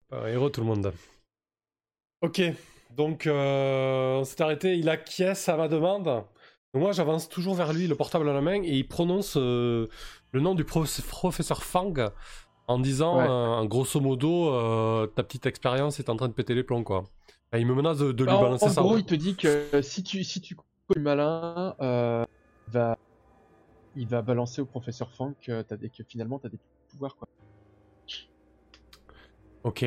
Héros tout le monde. Ok, donc on s'est arrêté, il acquiesce à ma demande. Donc moi j'avance toujours vers lui, le portable à la main, et il prononce le nom du professeur Fang en disant, grosso modo, ta petite expérience est en train de péter les plombs, quoi. Et il me menace de lui balancer En ça. gros, il te dit que si tu du malin, il va balancer au professeur Fang que finalement t'as des pouvoirs, quoi. Ok.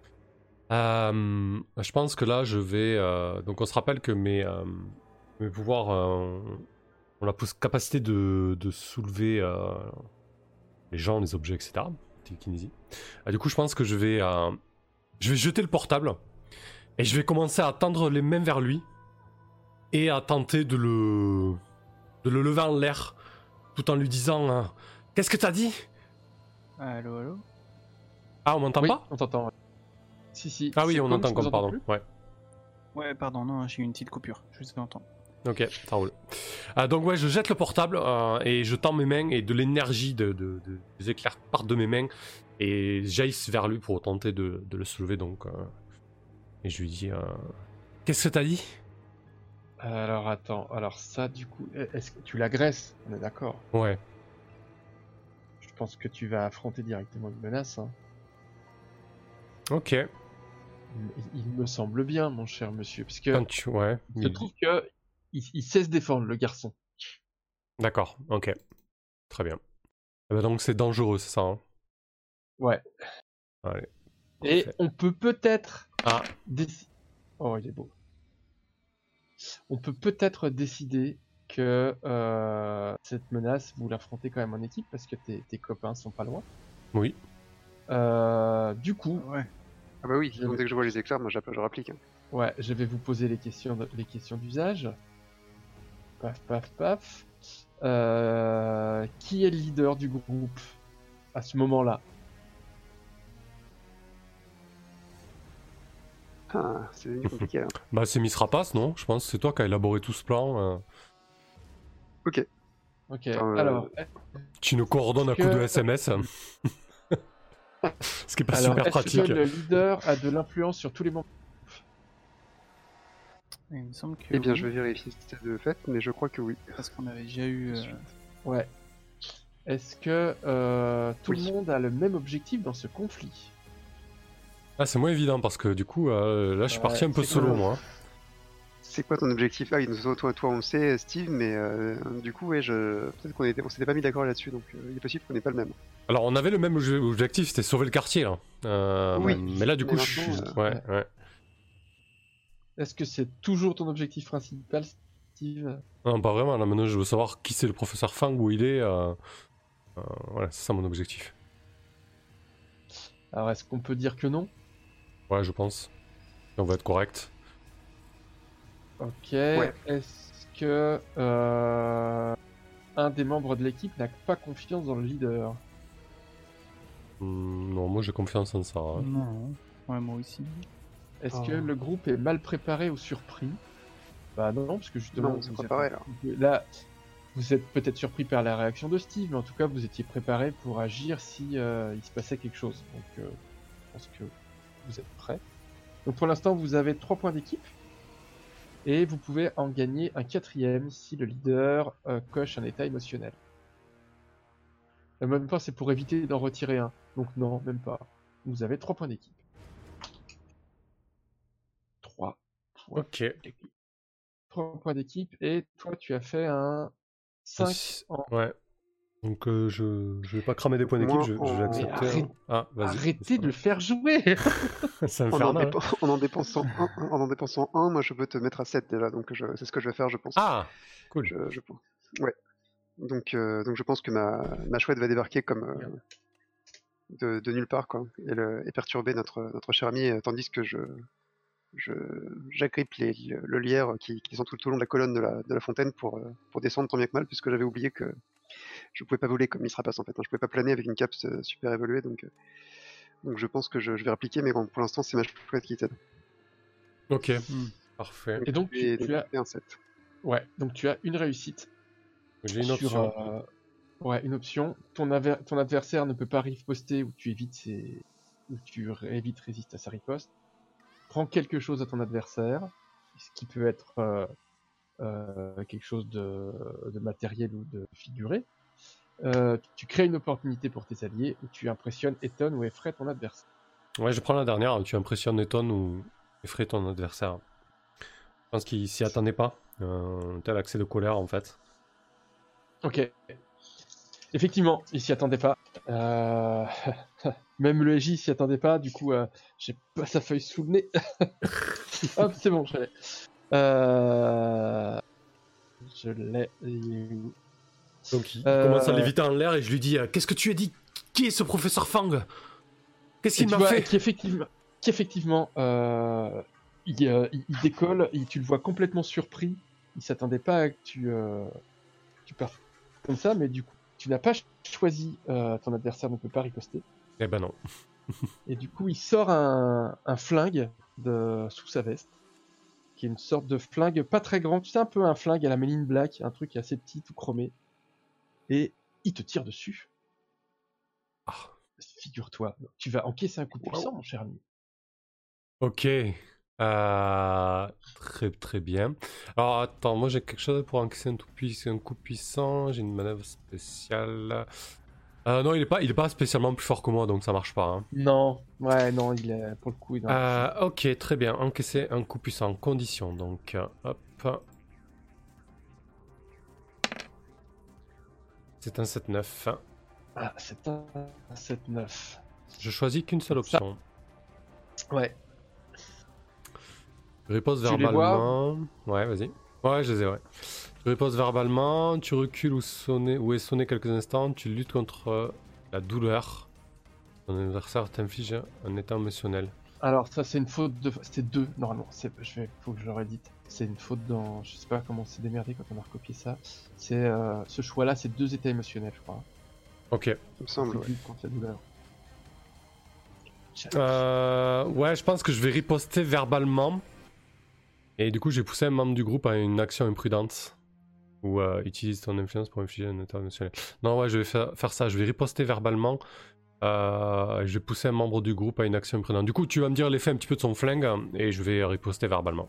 Je pense que là je vais... Donc on se rappelle que mes pouvoirs ont la capacité de soulever les gens, les objets, etc. Télékinésie. Du coup je pense que je vais jeter le portable et je vais commencer à tendre les mains vers lui et à tenter de le lever en l'air tout en lui disant qu'est-ce que t'as dit? Allô, allô? Ah, on m'entend Oui, pas? on t'entend. Si. Ah oui, C'est on comme entend je vous comme, entends pardon. plus. Ouais. Ouais, pardon, non, j'ai eu une petite coupure, je vous entends. Ok, ça roule. Donc ouais, je jette le portable et je tends mes mains et de l'énergie des éclairs partent de mes mains et jaillissent vers lui pour tenter de le soulever. Donc, et je lui dis qu'est-ce que t'as dit? Alors attends, alors ça du coup, est-ce que tu l'agresses? On est d'accord. Ouais. Je pense que tu vas affronter directement une menace. Hein. Ok. Il me semble bien, mon cher monsieur, parce que Ouais. je trouve que il sait se défendre, le garçon. D'accord. Ok. Très bien. Donc c'est dangereux, c'est ça, hein? Ouais. Allez. Et Parfait. on peut peut-être Ah. Oh, il est beau. On peut peut-être décider que cette menace, vous l'affrontez quand même en équipe parce que tes copains sont pas loin. Oui. Du coup, Ouais. Ah bah oui, donc dès que je vois les éclairs, moi je rapplique. Hein. Ouais, je vais vous poser les questions d'usage. Paf, paf, paf. Qui est le leader du groupe à ce moment-là? Ah, c'est devenu compliqué là. Bah c'est Miss Rapace, non? Je pense que c'est toi qui as élaboré tout ce plan. Ok. Ok, Attends, alors... Tu nous coordonnes à coup de SMS. Ce qui est pas super pratique. Est-ce que le leader a de l'influence sur tous les membres? Il me semble que Eh bien, oui, je vais vérifier si c'est de fait, mais je crois que oui. parce qu'on avait déjà eu... Ouais. Est-ce que tout le monde a le même objectif dans ce conflit? Ah, c'est moins évident parce que du coup, là je suis parti un peu solo, moi. C'est quoi ton objectif? Ah oui, toi on le sait, Steve, mais du coup, ouais, peut-être qu'on s'était pas mis d'accord là-dessus, donc il est possible qu'on n'ait pas le même. Alors, on avait le même objectif, c'était sauver le quartier, là. Oui, mais là, du coup, mais je suis... maintenant, Ouais. Est-ce que c'est toujours ton objectif principal, Steve? Non, pas vraiment, là, maintenant, je veux savoir qui c'est le professeur Fang, où il est. Voilà, c'est ça mon objectif. Alors, est-ce qu'on peut dire que non? Ouais, je pense. Et on va être correct. Ok. Ouais. Est-ce que un des membres de l'équipe n'a pas confiance dans le leader? Non, moi j'ai confiance en ça. Hein. Non, ouais, moi aussi. Est-ce que le groupe est mal préparé ou surpris? Bah non, parce que justement, non, c'est préparé là. Là, vous êtes peut-être surpris par la réaction de Steve, mais en tout cas, vous étiez préparé pour agir si il se passait quelque chose. Donc, je pense que vous êtes prêts. Donc, pour l'instant, vous avez 3 points d'équipe. Et vous pouvez en gagner un 4e si le leader coche un état émotionnel. Même pas, c'est pour éviter d'en retirer un. Donc non, même pas. Vous avez 3 points d'équipe. 3 points d'équipe. 3 points d'équipe. Et toi, tu as fait un 5 en... Ouais. Donc je vais pas cramer des points d'équipe, je vais accepter. Ah, vas-y. Arrêtez de le faire jouer. C'est infernal. En en dépensant un, moi je peux te mettre à 7 déjà, donc c'est ce que je vais faire, je pense. Ah, cool. Ouais. Donc je pense que ma chouette va débarquer comme de nulle part, quoi, et perturber notre cher ami, tandis que j'agrippe le lierre qui sont tout le long de la colonne de la fontaine pour descendre tant bien que mal, puisque j'avais oublié que je pouvais pas voler comme Miss Rapace en fait. Hein. Je pouvais pas planer avec une cape super évoluée, donc je pense que je vais répliquer, mais bon, pour l'instant c'est ma chouette qui t'aide. Ok, parfait. Et donc tu as un 7. Ouais, donc tu as une réussite. J'ai une option. Ouais, une option. Ton adversaire ne peut pas riposter ou tu évites où tu vite résistes à sa riposte. Prends quelque chose à ton adversaire, ce qui peut être quelque chose de matériel ou de figuré. Tu crées une opportunité pour tes alliés où tu impressionnes, étonnes ou effraies ton adversaire. Ouais, je prends la dernière. Tu impressionnes, étonnes ou effraies ton adversaire. Je pense qu'il s'y attendait pas. Tel accès de colère en fait. Ok. Effectivement, il s'y attendait pas. Même le MJ s'y attendait pas. Du coup, j'ai pas sa feuille sous le nez. Hop, c'est bon, je l'ai. Je l'ai. Donc il commence à léviter en l'air et je lui dis qu'est-ce que tu as dit? Qui est ce professeur Fang? Qu'est-ce qu'il m'a fait? Qui effectivement il décolle, et tu le vois complètement surpris. Il s'attendait pas à que tu partes comme ça, mais du coup, tu n'as pas choisi, ton adversaire ne peut pas riposter. Eh ben non. Et du coup, il sort un flingue sous sa veste, qui est une sorte de flingue pas très grand. Tu sais, un peu un flingue à la Men in Black, un truc assez petit, tout chromé. Et il te tire dessus. Ah. Figure-toi, tu vas encaisser un coup puissant, mon cher ami. Ok. Très très bien. Alors attends, moi j'ai quelque chose pour encaisser un coup puissant. J'ai une manœuvre spéciale. Non, il est pas spécialement plus fort que moi, donc ça marche pas. Hein. Non, il est pour le coup. Ok, très bien. Encaisser un coup puissant. Condition. Donc, hop. C'est un 7-9. Ah, c'est un 7-9. Je choisis qu'une seule option. Ouais. Je riposte Tu les verbalement. Ouais, vas-y. Ouais, je les ai, ouais. Tu ripostes verbalement, tu recules ou est sonné quelques instants, tu luttes contre la douleur. Ton adversaire t'inflige un état émotionnel. Alors ça c'est une faute de... C'était 2 normalement, faut que je le réédite. C'est une faute dans... Je sais pas comment on s'est démerdé quand on a recopié ça. C'est ce choix-là, c'est 2 états émotionnels je crois. Ok. Il me semble, ouais. Lutte contre la douleur. Ouais, je pense que je vais riposter verbalement. Et du coup, j'ai poussé un membre du groupe à une action imprudente. Ou utilise ton influence pour infliger un état émotionnel. Non, ouais, je vais faire ça. Je vais riposter verbalement. Je vais pousser un membre du groupe à une action imprudente. Du coup, tu vas me dire l'effet un petit peu de son flingue. Et je vais riposter verbalement.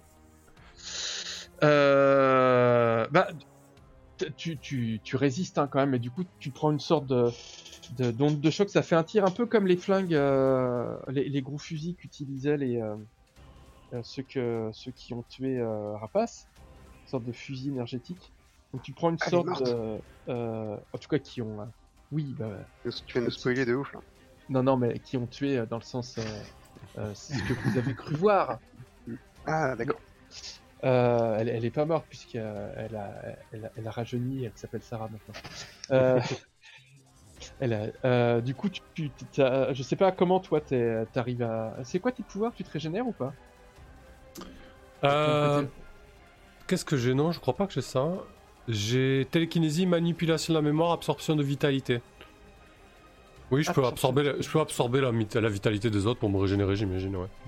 Bah... Tu résistes hein, quand même, mais du coup tu prends une sorte d'onde de choc. Ça fait un tir un peu comme les flingues, les gros fusils qu'utilisaient ceux qui ont tué Rapace, une sorte de fusil énergétique. Donc tu prends une sorte en tout cas qui ont oui bah Tu viens de spoiler de ouf là. non mais qui ont tué dans le sens c'est ce que vous avez cru voir. Ah d'accord. Elle est pas morte puisqu'elle a rajeuni, elle s'appelle Sarah maintenant. Du coup, je sais pas comment toi t'arrives à... C'est quoi tes pouvoirs? Tu te régénères ou pas? Qu'est-ce que j'ai? Non, je crois pas que j'ai ça. J'ai télékinésie, manipulation de la mémoire, absorption de vitalité. Oui, je peux absorber la vitalité des autres pour me régénérer, j'imagine, ouais.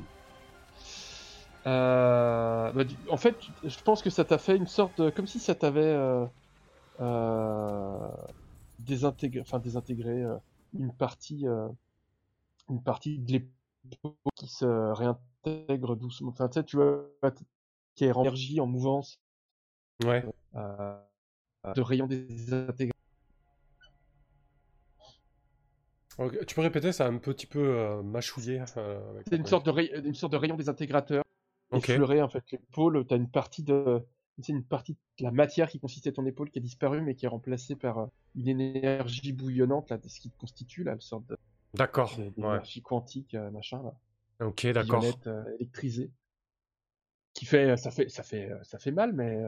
En fait, je pense que ça t'a fait une sorte de... Comme si ça t'avait désintégré une partie de l'épaule qui se réintègre doucement. Enfin, tu sais, tu vois, qui est en énergie, en mouvance. Ouais. De rayons désintégrés. Okay. Tu peux répéter, ça a un petit peu mâchouillé. C'est une sorte de rayon désintégrateur. Ok. Effleuré en fait l'épaule, t'as une partie de la matière qui consistait ton épaule qui a disparu mais qui est remplacée par une énergie bouillonnante là, de ce qui te constitue là, une sorte d'énergie quantique machin là. Ok, d'accord. Violette électrisée. Qui fait ça fait mal mais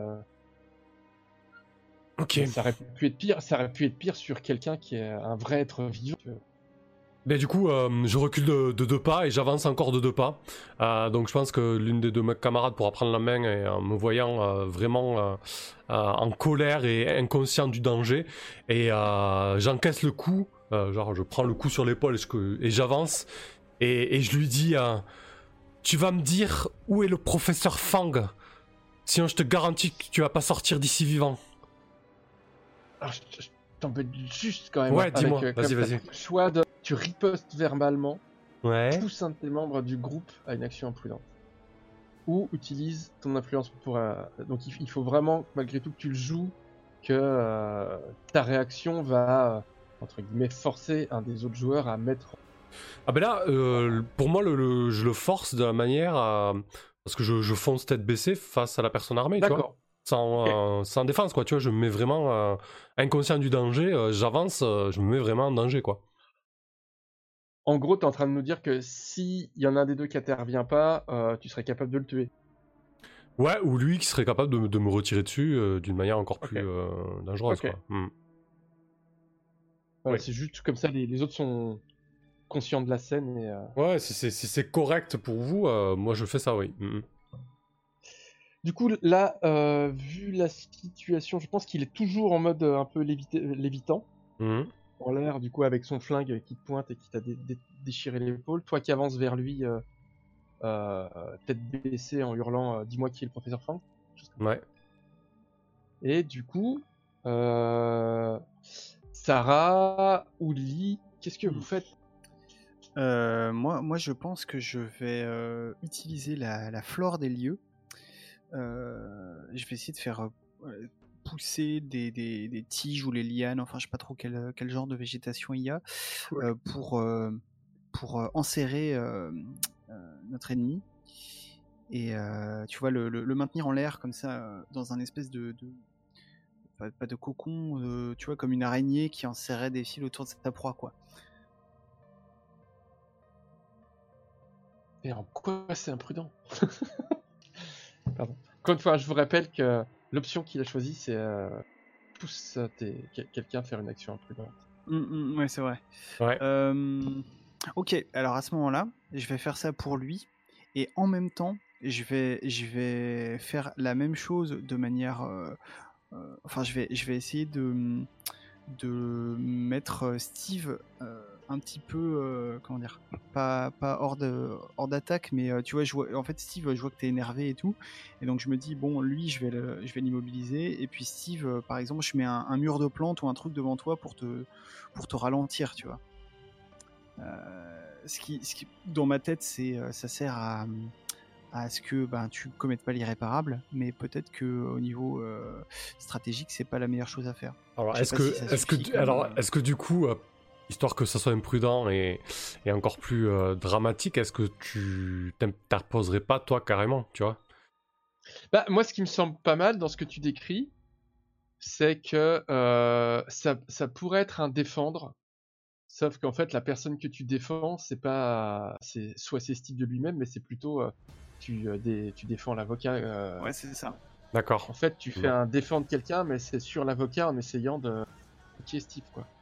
ok. Mais ça aurait pu être pire sur quelqu'un qui est un vrai être vivant. Mais du coup, je recule de 2 pas et j'avance encore de 2 pas. Donc je pense que l'une des 2 camarades pourra prendre la main et en me voyant vraiment en colère et inconscient du danger. Et j'encaisse le coup, genre je prends le coup sur l'épaule et j'avance. Et je lui dis, tu vas me dire où est le professeur Fang? Sinon je te garantis que tu vas pas sortir d'ici vivant. Alors, je t'embête juste quand même. Ouais, dis-moi, vas-y. Choix de... Tu ripostes verbalement Ouais. pousse un de tes membres du groupe à une action imprudente. Ou utilise ton influence pour... Donc il faut vraiment, malgré tout, que tu le joues, que ta réaction va, entre guillemets, forcer un des autres joueurs à mettre... Ah ben là, pour moi, je le force de la manière à... Parce que je fonce tête baissée face à la personne armée, tu vois. D'accord. Sans défense, quoi, tu vois. Je me mets vraiment inconscient du danger, j'avance, je me mets vraiment en danger, quoi. En gros, tu es en train de nous dire que s'il y en a un des deux qui intervient pas, tu serais capable de le tuer. Ouais, ou lui qui serait capable de me retirer dessus d'une manière encore plus dangereuse, Ok. quoi. Voilà, Oui. c'est juste comme ça, les autres sont conscients de la scène et... Ouais, si c'est correct pour vous, moi je fais ça, oui. Du coup, là, vu la situation, je pense qu'il est toujours en mode un peu lévitant, en l'air, du coup, avec son flingue qui te pointe et qui t'a déchiré l'épaule. Toi qui avances vers lui, tête baissée en hurlant dis-moi qui est le professeur Fang. Ouais. Et du coup, Sarah ou Lily, qu'est-ce que vous faites? Moi, je pense que je vais utiliser la flore des lieux. Je vais essayer de faire pousser des tiges ou les lianes, enfin je sais pas trop quel genre de végétation il y a, Ouais. pour enserrer notre ennemi. Et tu vois, le maintenir en l'air comme ça, dans un espèce de pas de cocon, tu vois, comme une araignée qui enserrait des fils autour de sa proie, quoi. Et en quoi c'est imprudent? Pardon. Encore une fois, je vous rappelle que l'option qu'il a choisie, c'est pousse quelqu'un à faire une action imprudente. Ouais, c'est vrai. Ouais. Ok, alors à ce moment-là, je vais faire ça pour lui, et en même temps, je vais faire la même chose de manière... enfin, je vais essayer de mettre Steve un petit peu, comment dire, pas hors d'attaque, mais tu vois, en fait, Steve, je vois que t'es énervé et tout, et donc je me dis, bon, lui, je vais l'immobiliser, et puis Steve, par exemple, je mets un mur de plantes ou un truc devant toi pour te ralentir, tu vois. Ce qui, dans ma tête, ça sert à ce que tu commettes pas l'irréparable, mais peut-être que au niveau stratégique, c'est pas la meilleure chose à faire. Alors, Je sais pas si ça suffit comme, est-ce que du coup, histoire que ça soit imprudent et encore plus dramatique, est-ce que tu t'interposerais pas toi carrément, tu vois? Bah, moi, ce qui me semble pas mal dans ce que tu décris, c'est que ça pourrait être un défendre, sauf qu'en fait, la personne que tu défends, c'est soit c'est Steve de lui-même, mais c'est plutôt tu défends l'avocat. Ouais, c'est ça. D'accord. En fait, tu fais un défendre quelqu'un, mais c'est sur l'avocat en essayant de qui est Steve, quoi.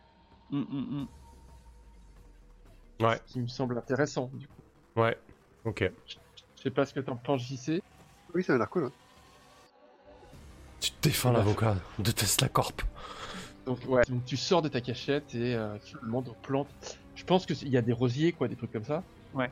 Ouais. Ce qui me semble intéressant, du coup. Ouais. Ok. Je sais pas ce que t'en penses, JC. Oui, ça a l'air cool. Hein. Tu défends l'avocat de Tesla Corp. Donc ouais, donc tu sors de ta cachette et tu demandes aux plantes. Je pense que il y a des rosiers, quoi, des trucs comme ça. Ouais.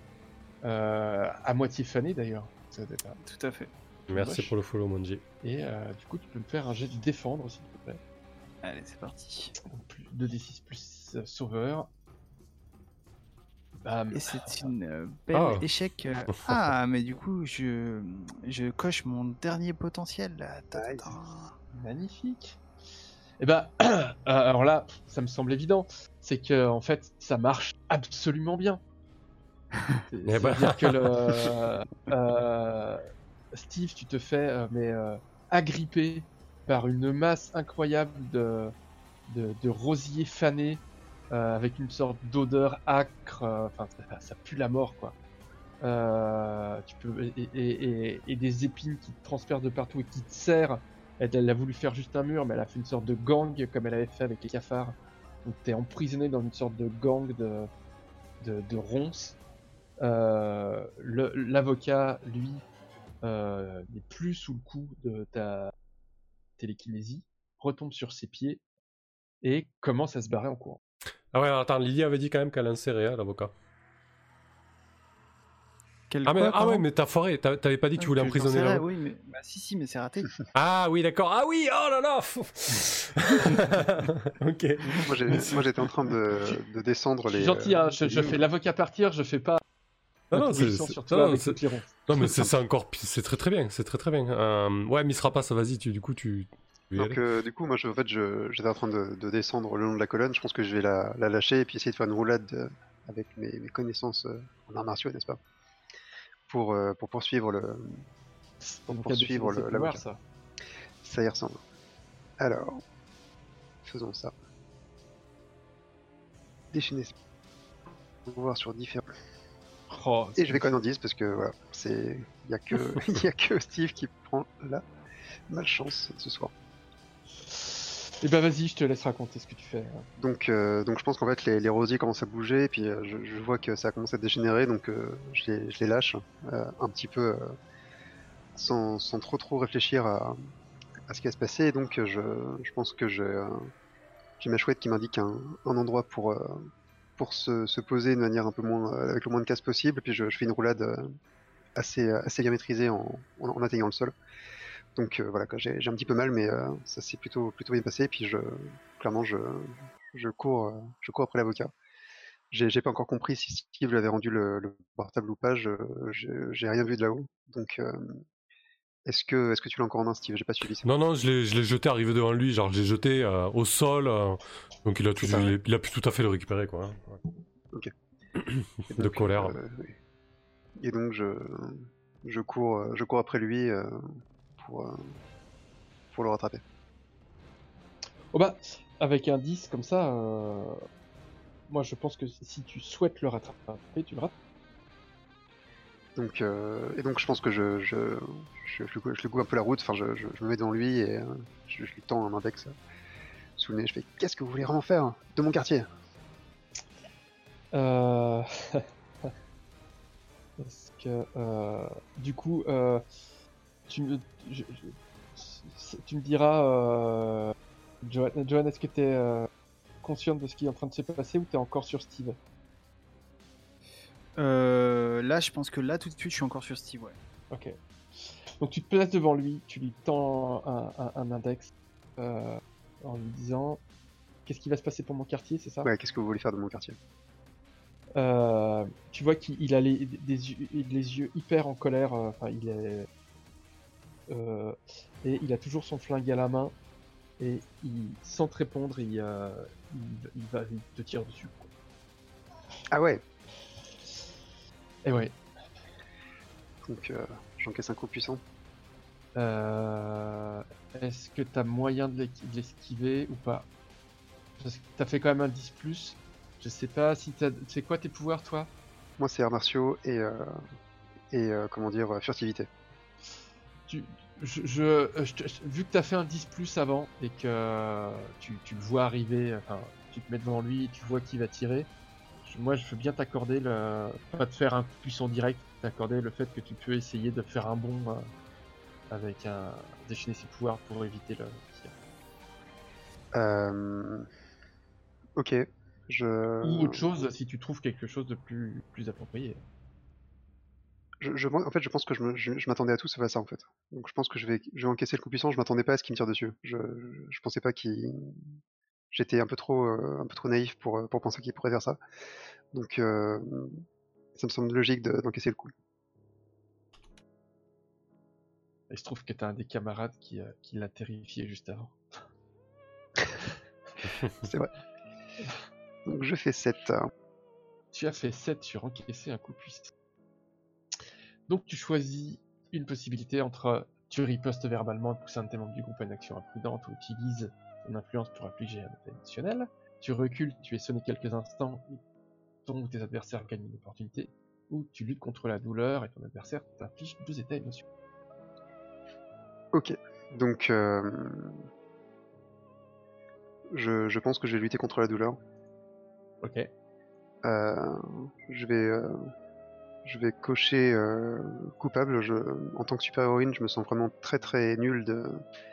À moitié fanés d'ailleurs. Ça doit être Tout à fait. Merci moche. pour le follow, Monji. Et du coup, tu peux me faire un jet de défendre, s'il te plaît. Allez, c'est parti. Donc 2d6 plus sauveur. Bam. Et c'est une belle Ah. échec. Ah, mais du coup, je coche mon dernier potentiel. Là. Nice. Magnifique. Et bah, alors là, ça me semble évident. C'est que en fait, ça marche absolument bien. C'est-à-dire que Steve, tu te fais agripper par une masse incroyable de rosiers fanés avec une sorte d'odeur âcre. Enfin, ça pue la mort, quoi. Tu peux et des épines qui te transpercent de partout et qui te serrent. Elle a voulu faire juste un mur, mais elle a fait une sorte de gang comme elle avait fait avec les cafards. Donc t'es emprisonné dans une sorte de gang de ronces. L'avocat, lui, n'est plus sous le coup de ta télékinésie, retombe sur ses pieds et commence à se barrer en courant. Ah ouais, attends, Lily avait dit quand même qu'elle insérait l'avocat. Quel Ah, mais, quoi, ah ouais, pardon mais t'as foiré, t'avais pas dit que tu voulais j'en emprisonner sais rien, là-haut. oui, mais bah, si, mais c'est raté. Ah oui, d'accord. Ah oui, oh là là. Ok. Moi, j'étais en train de descendre Je suis les. gentil, hein, je les fais l'avocat partir, je fais pas Non, non, l'imposition sur toi non, avec c'est- le clairon. non, mais c'est encore, c'est très bien, c'est très bien. Ouais, Miss Rapace, vas-y, du coup, tu veux y aller. Donc, du coup, moi, j'étais en train de descendre le long de la colonne. Je pense que je vais la lâcher et puis essayer de faire une roulade avec mes connaissances en arts martiaux, n'est-ce pas? Pour poursuivre Pour poursuivre ses pouvoirs, l'avocat. ça. Ça y ressemble. Alors, faisons ça. Déchaîner ses pouvoirs sur différents. Oh, Et je vais quand même en 10 parce que voilà, il y a que y a que Steve qui prend la malchance ce soir. Et bah vas-y, je te laisse raconter ce que tu fais. Donc je pense qu'en fait les rosiers commencent à bouger et puis je vois que ça commence à dégénérer donc je les lâche un petit peu sans trop réfléchir à ce qui va se passer et donc je pense que j'ai ma chouette qui m'indique un endroit pour se poser de manière un peu moins avec le moins de casse possible puis je fais une roulade assez bien maîtrisée en atteignant le sol. Donc voilà, j'ai un petit peu mal, mais ça s'est plutôt bien passé. Puis clairement, je cours après l'avocat. J'ai pas encore compris si Steve lui avait rendu le portable ou pas. J'ai rien vu de là-haut. Donc est-ce que tu l'as encore en main, Steve? J'ai pas suivi ça. Non, non, je l'ai jeté arrivé devant lui, genre je l'ai jeté au sol, donc il a, C'est ça, ouais. il a pu tout à fait le récupérer, quoi. Hein. Ok. Et De donc, colère. oui. Et donc je cours après lui pour pour le rattraper. Oh bah, avec un 10 comme ça, moi je pense que si tu souhaites le rattraper, tu le rattrapes. Donc, et donc je pense que je lui coupe un peu la route, enfin je me mets devant lui et je lui tends un index sous le nez, je fais « Qu'est-ce que vous voulez vraiment faire de mon quartier ?» Parce que du coup, tu me, tu me diras, Johan, est-ce que tu es consciente de ce qui est en train de se passer ou tu es encore sur Steve? Là, je pense que là, tout de suite, je suis encore sur Steve, ouais. Ok. Donc tu te places devant lui, tu lui tends un index en lui disant qu'est-ce qui va se passer pour mon quartier, c'est ça? Ouais, qu'est-ce que vous voulez faire de mon quartier? Tu vois qu'il a les yeux hyper en colère, enfin il est... et il a toujours son flingue à la main, et sans te répondre, il te tire dessus. Quoi. Ah ouais. Et ouais. Donc j'encaisse un coup puissant. Est-ce que t'as moyen de l'esquiver ou pas? Parce que t'as fait quand même un 10+. Je sais pas si c'est quoi tes pouvoirs, toi? Moi c'est arts martiaux et comment dire, furtivité. Vu que t'as fait un 10+ avant et que tu le vois arriver, enfin, tu te mets devant lui et tu vois qu'il va tirer, moi je veux bien t'accorder pas te faire un coup puissant direct, t'accorder le fait que tu peux essayer de faire un bond avec déchaîner ses pouvoirs pour éviter le tir. Ok. Ou autre chose si tu trouves quelque chose de plus approprié. En fait, je pense que je m'attendais à tout sauf à ça en fait. Donc je pense que je vais encaisser le coup puissant. Je m'attendais pas à ce qu'il me tire dessus. Je pensais pas qu'il. J'étais un peu trop naïf pour penser qu'il pourrait faire ça. Donc ça me semble logique d'encaisser le coup. Et je trouve que t'as un des camarades qui l'a terrifié juste avant. C'est vrai. Donc je fais 7. Tu as fait 7 sur encaisser un coup puissant. Donc tu choisis une possibilité entre tu ripostes verbalement et pousses un de tes membres du groupe à une action imprudente ou utilises ton influence pour affliger un effet additionnel. Tu recules, tu es sonné quelques instants et ton ou tes adversaires gagnent une opportunité. Ou tu luttes contre la douleur et ton adversaire t'inflige 2 états émotionnels. Ok. Donc je pense que je vais lutter contre la douleur. Ok. Je vais cocher coupable. En tant que super-héroïne, je me sens vraiment très nul de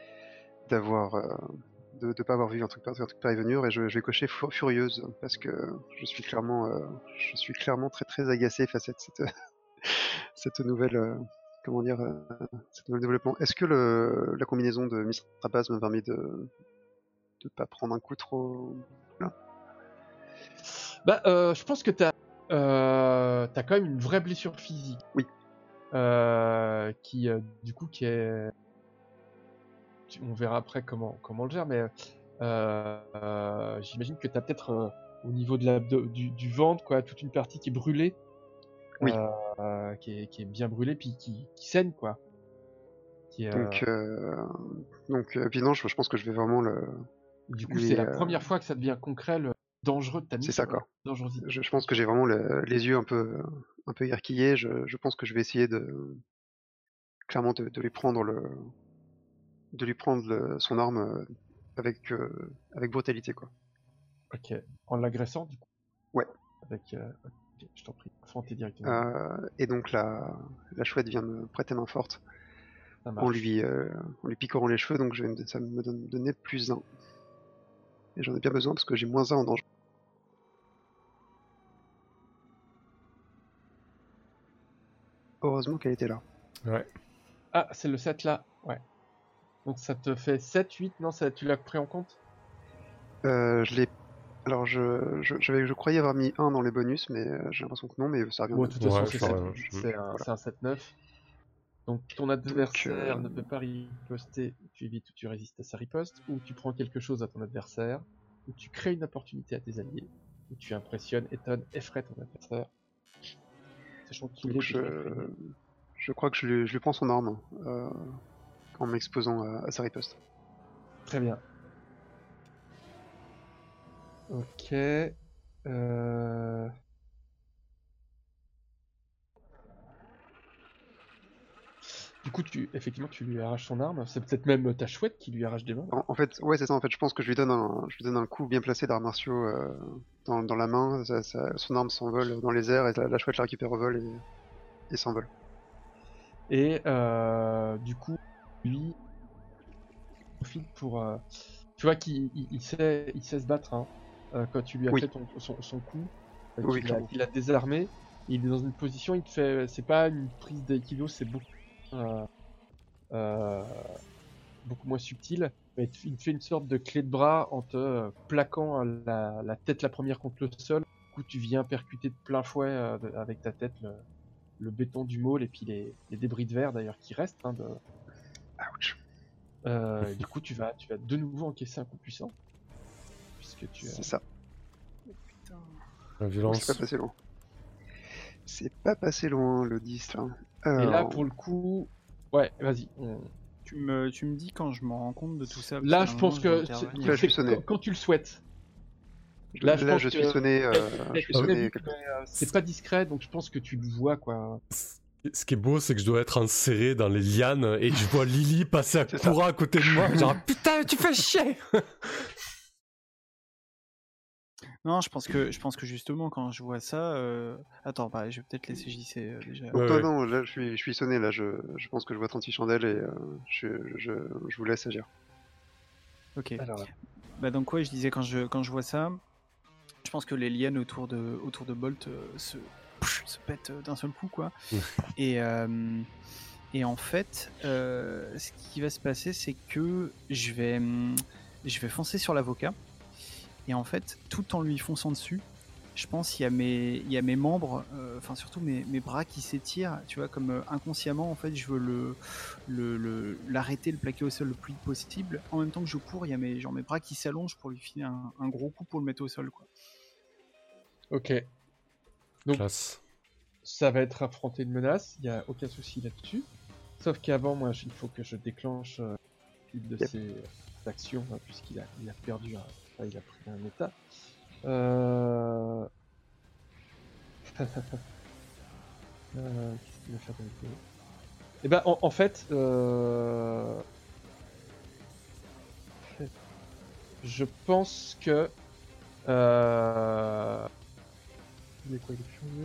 pas avoir vu un truc pareil venir et je vais cocher furieuse parce que je suis clairement très agacé face à cette nouvelle, cette nouvelle développement. Est-ce que la combinaison de Miss Rapace m'a permis de pas prendre un coup trop là? Bah, je pense que t'as quand même une vraie blessure physique. Oui. Qui du coup qui est, on verra après comment on le gère, mais j'imagine que t'as peut-être au niveau de du ventre quoi, toute une partie qui est brûlée, Oui. qui est bien brûlée puis qui saigne quoi. Donc puis non, je pense que je vais vraiment Du coup, lui, c'est la première fois que ça devient concret, le dangereux de ta mission. C'est ça quoi. Dangerosité. Je pense que j'ai vraiment les yeux un peu écarquillés. Je pense que je vais essayer clairement de lui prendre son arme avec brutalité quoi. Ok. En l'agressant du coup. Ouais. Avec. Ok, je t'en prie. Affronter directement. Et donc la chouette vient me prêter main forte Ça en marche. lui picorant les cheveux, donc ça me donner +1. Et j'en ai bien besoin parce que j'ai -1 en danger. Heureusement qu'elle était là. Ouais. Ah, c'est le 7 là. Ouais. Donc ça te fait 7, 8, non, tu l'as pris en compte? Je l'ai. Alors je croyais avoir mis 1 dans les bonus, mais j'ai l'impression que non, mais ça revient. Bon, de toute façon, Ouais, c'est ça 7, va, c'est un, voilà. c'est un 7-9. Donc ton adversaire ne peut pas riposter, tu évites ou tu résistes à sa riposte, ou tu prends quelque chose à ton adversaire, ou tu crées une opportunité à tes alliés, ou tu impressionnes, étonnes, effraies ton adversaire. Sachant qu'il Donc est déjà effrayé. je crois que je lui prends son arme en m'exposant à sa riposte. Très bien. Ok. Du coup, effectivement, tu lui arraches son arme. C'est peut-être même ta chouette qui lui arrache des mains. En fait, ouais, c'est ça. En fait, je pense que je lui donne un coup bien placé d'arts martiaux dans la main. Son arme s'envole dans les airs et la chouette la récupère au vol et s'envole. Et du coup, lui profite pour. Tu vois qu'il sait se battre. Hein. Quand tu lui as Oui. fait son coup, Oui, qu'il a désarmé, il est dans une position. Il te fait. C'est pas une prise d'aïkido, c'est beaucoup moins subtil. Mais il te fait une sorte de clé de bras en te plaquant la tête la première contre le sol. Du coup, tu viens percuter de plein fouet avec ta tête le béton du môle et puis les débris de verre d'ailleurs qui restent. Hein, Ouch. Du coup, tu vas de nouveau encaisser un coup puissant. Puisque C'est ça. Putain. La Donc, violence. c'est pas passé loin. C'est pas passé loin le 10 là. Et là, pour le coup. Ouais, vas-y. Tu me dis quand je me rends compte de tout ça. Là, je pense que Là, je suis sonné. quand tu le souhaites. Là, je pense je suis que sonné. Je suis sonné c'est pas discret, donc je pense que tu le vois, quoi. Ce qui est beau, c'est que je dois être enserré dans les lianes et je vois Lily passer à courant à côté de moi. Genre, putain, tu fais chier! Non, je pense que justement, quand je vois ça. Attends, bah, je vais peut-être laisser JC déjà. Non, là, je suis sonné. Là, je pense que je vois 36 chandelles et je vous laisse agir. Ok. Alors, Bah, donc, ouais, je disais, quand je vois ça, je pense que les lianes autour de Bolt se pètent d'un seul coup, quoi. Et en fait, ce qui va se passer, c'est que je vais foncer sur l'avocat. Et en fait, tout en lui fonçant dessus, je pense qu'il y a mes membres, enfin surtout mes bras qui s'étirent, tu vois, comme inconsciemment, en fait, je veux l'arrêter, le plaquer au sol le plus vite possible. En même temps que je cours, il y a mes bras qui s'allongent pour lui filer un gros coup pour le mettre au sol, quoi. ok. Donc, Classe. ça va être affronter une menace, il n'y a aucun souci là-dessus. Sauf qu'avant, moi, il faut que je déclenche une de ses actions, hein, puisqu'il a perdu, il a pris un état. Qu'est-ce qu'il va faire avec eux ? Eh ben, en fait, je pense que il est quoi, il est furieux.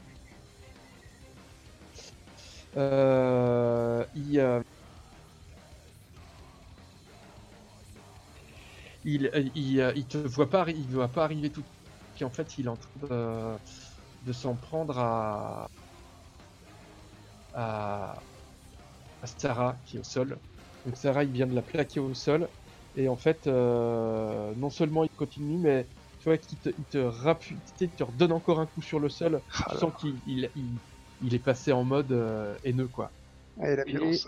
Il te voit pas, il voit pas arriver tout. Puis en fait, il est en train de s'en prendre à à Sarah qui est au sol. Donc Sarah, il vient de la plaquer au sol. Et en fait, non seulement il continue, mais tu vois qu'il te rappuie, il te redonne encore un coup sur le sol. Tu sens qu'il est passé en mode haineux, quoi. Ouais, la violence.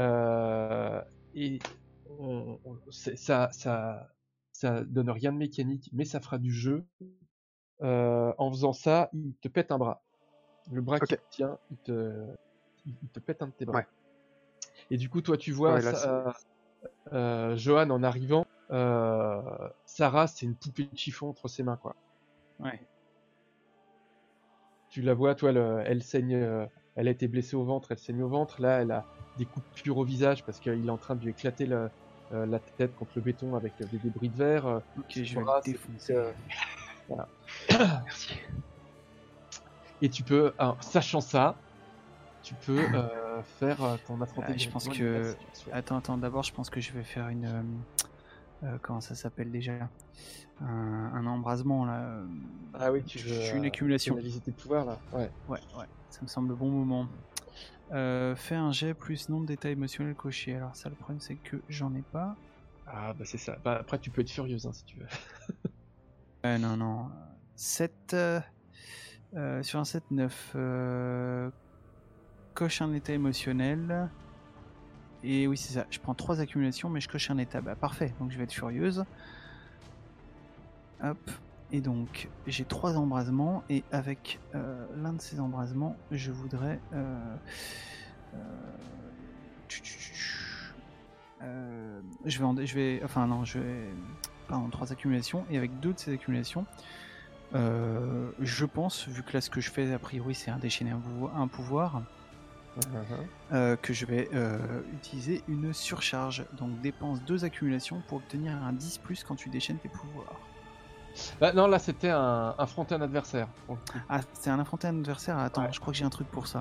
Et ça donne rien de mécanique, mais ça fera du jeu. En faisant ça, il te pète un bras. Le bras qui te tient, il te pète un de tes bras. Ouais. Et du coup, toi, tu vois Johan en arrivant. Sarah, c'est une poupée de chiffon entre ses mains, quoi. Ouais. Tu la vois, toi, elle saigne. Elle a été blessée au ventre, elle saigne au ventre. Là, elle a des coupures au visage parce qu'il est en train de lui éclater la tête contre le béton avec des débris de verre. Ok, je vais bras, le défoncer. Voilà. Merci. Et tu peux, sachant ça, tu peux faire ton affronter. Je pense que. Attends, d'abord, je pense que je vais faire une. Comment ça s'appelle déjà un embrasement là. Ah oui, tu veux. Une accumulation. La visite de pouvoir là. Ouais. Ouais. Ça me semble le bon moment. Fais un jet plus nombre d'états émotionnels cochés. Alors ça, le problème, c'est que j'en ai pas. Ah bah c'est ça. Bah, après, tu peux être furieuse si tu veux. Non. 7. Sur un 7, 9. Coche un état émotionnel. Et oui, c'est ça. Je prends 3 accumulations, mais je coche un état. Bah parfait. Donc je vais être furieuse. Hop. Et donc, j'ai 3 embrasements. Et avec l'un de ces embrasements, je voudrais... Pardon, 3 accumulations. Et avec 2 de ces accumulations, je pense, vu que là ce que je fais a priori c'est un déchaîner un pouvoir, que je vais utiliser une surcharge. Donc dépense 2 accumulations pour obtenir un 10+ quand tu déchaînes tes pouvoirs. Bah non, là c'était affronter un adversaire. Ah, c'est un affronter un adversaire. Attends, ouais. Je crois que j'ai un truc pour ça.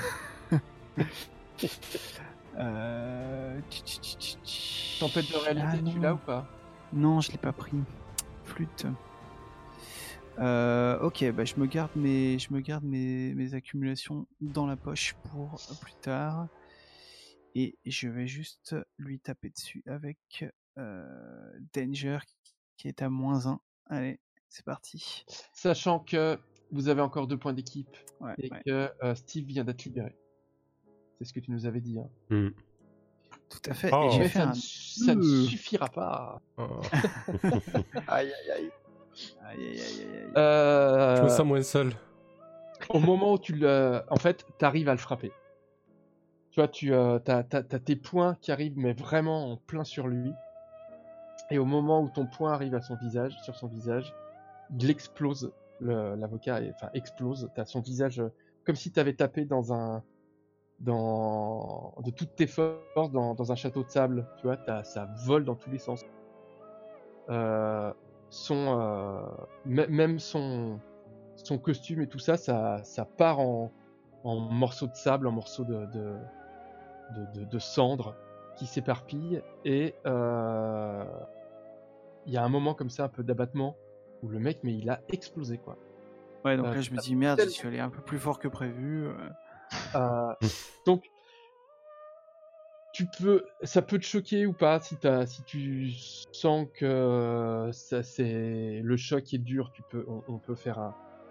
Tempête de réalité, tu l'as ou pas? Non, je l'ai pas pris. Flûte. Ok, bah je me garde mes accumulations dans la poche pour plus tard. Et je vais juste lui taper dessus avec Danger qui est à -1. Allez, c'est parti. Sachant que vous avez encore 2 points d'équipe et Ouais. que Steve vient d'être libéré. C'est ce que tu nous avais dit. Hein. Tout à fait. Oh. Et j'ai Mais fait ça ne suffira pas. Aïe. Je me sens moins seul. Au moment où en fait, t'arrives à le frapper. Tu vois, t'as tes poings qui arrivent, mais vraiment en plein sur lui. Et au moment où ton poing arrive sur son visage, il explose. L'avocat, explose. T'as son visage comme si t'avais tapé de toutes tes forces dans un château de sable. Tu vois, ça vole dans tous les sens. Même son costume et tout ça, ça part en morceaux de sable, en morceaux de cendres qui s'éparpillent. Et il y a un moment comme ça, un peu d'abattement, où le mec, mais il a explosé, quoi. Ouais, donc là, je me dis, merde, je suis allé un peu plus fort que prévu. Donc, ça peut te choquer ou pas, si tu sens que le choc est dur, on peut faire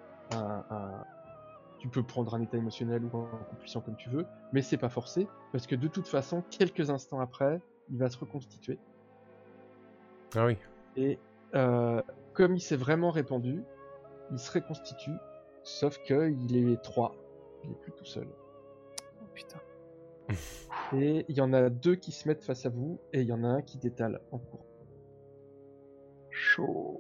tu peux prendre un état émotionnel ou un compulsion comme tu veux, mais c'est pas forcé, parce que de toute façon, quelques instants après, il va se reconstituer. Ah oui. Et comme il s'est vraiment répandu, il se reconstitue, sauf qu'il est 3, il est plus tout seul. Oh putain. Et il y en a 2 qui se mettent face à vous, et il y en a un qui détale en cours. Chaud.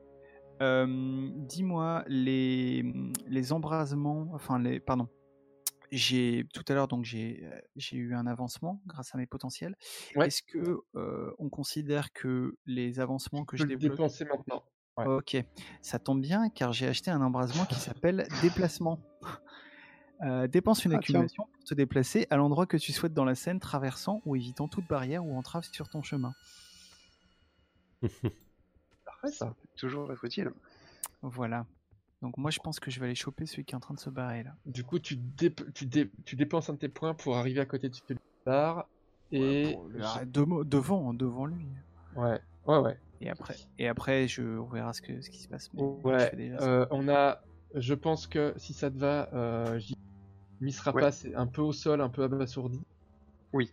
Dis-moi, les embrasements, pardon. Tout à l'heure, donc j'ai eu un avancement grâce à mes potentiels. Ouais. Est-ce que on considère que les avancements que je débloque... dépenser maintenant. Ouais. Ok, ça tombe bien car j'ai acheté un embrasement qui s'appelle déplacement. Dépense une accumulation pour te déplacer à l'endroit que tu souhaites dans la scène, traversant ou évitant toute barrière ou entrave sur ton chemin. Parfait, ça. Toujours être utile. Voilà. Donc moi je pense que je vais aller choper celui qui est en train de se barrer là. Du coup, tu dépenses un de tes points pour arriver à côté de celui qui part. Et. Devant lui. Ouais. Et après on verra ce qui se passe. Mais je Ouais. fais déjà ça. On a. Je pense que si ça te va, Miss Rapace est un peu au sol, un peu abasourdi. Oui.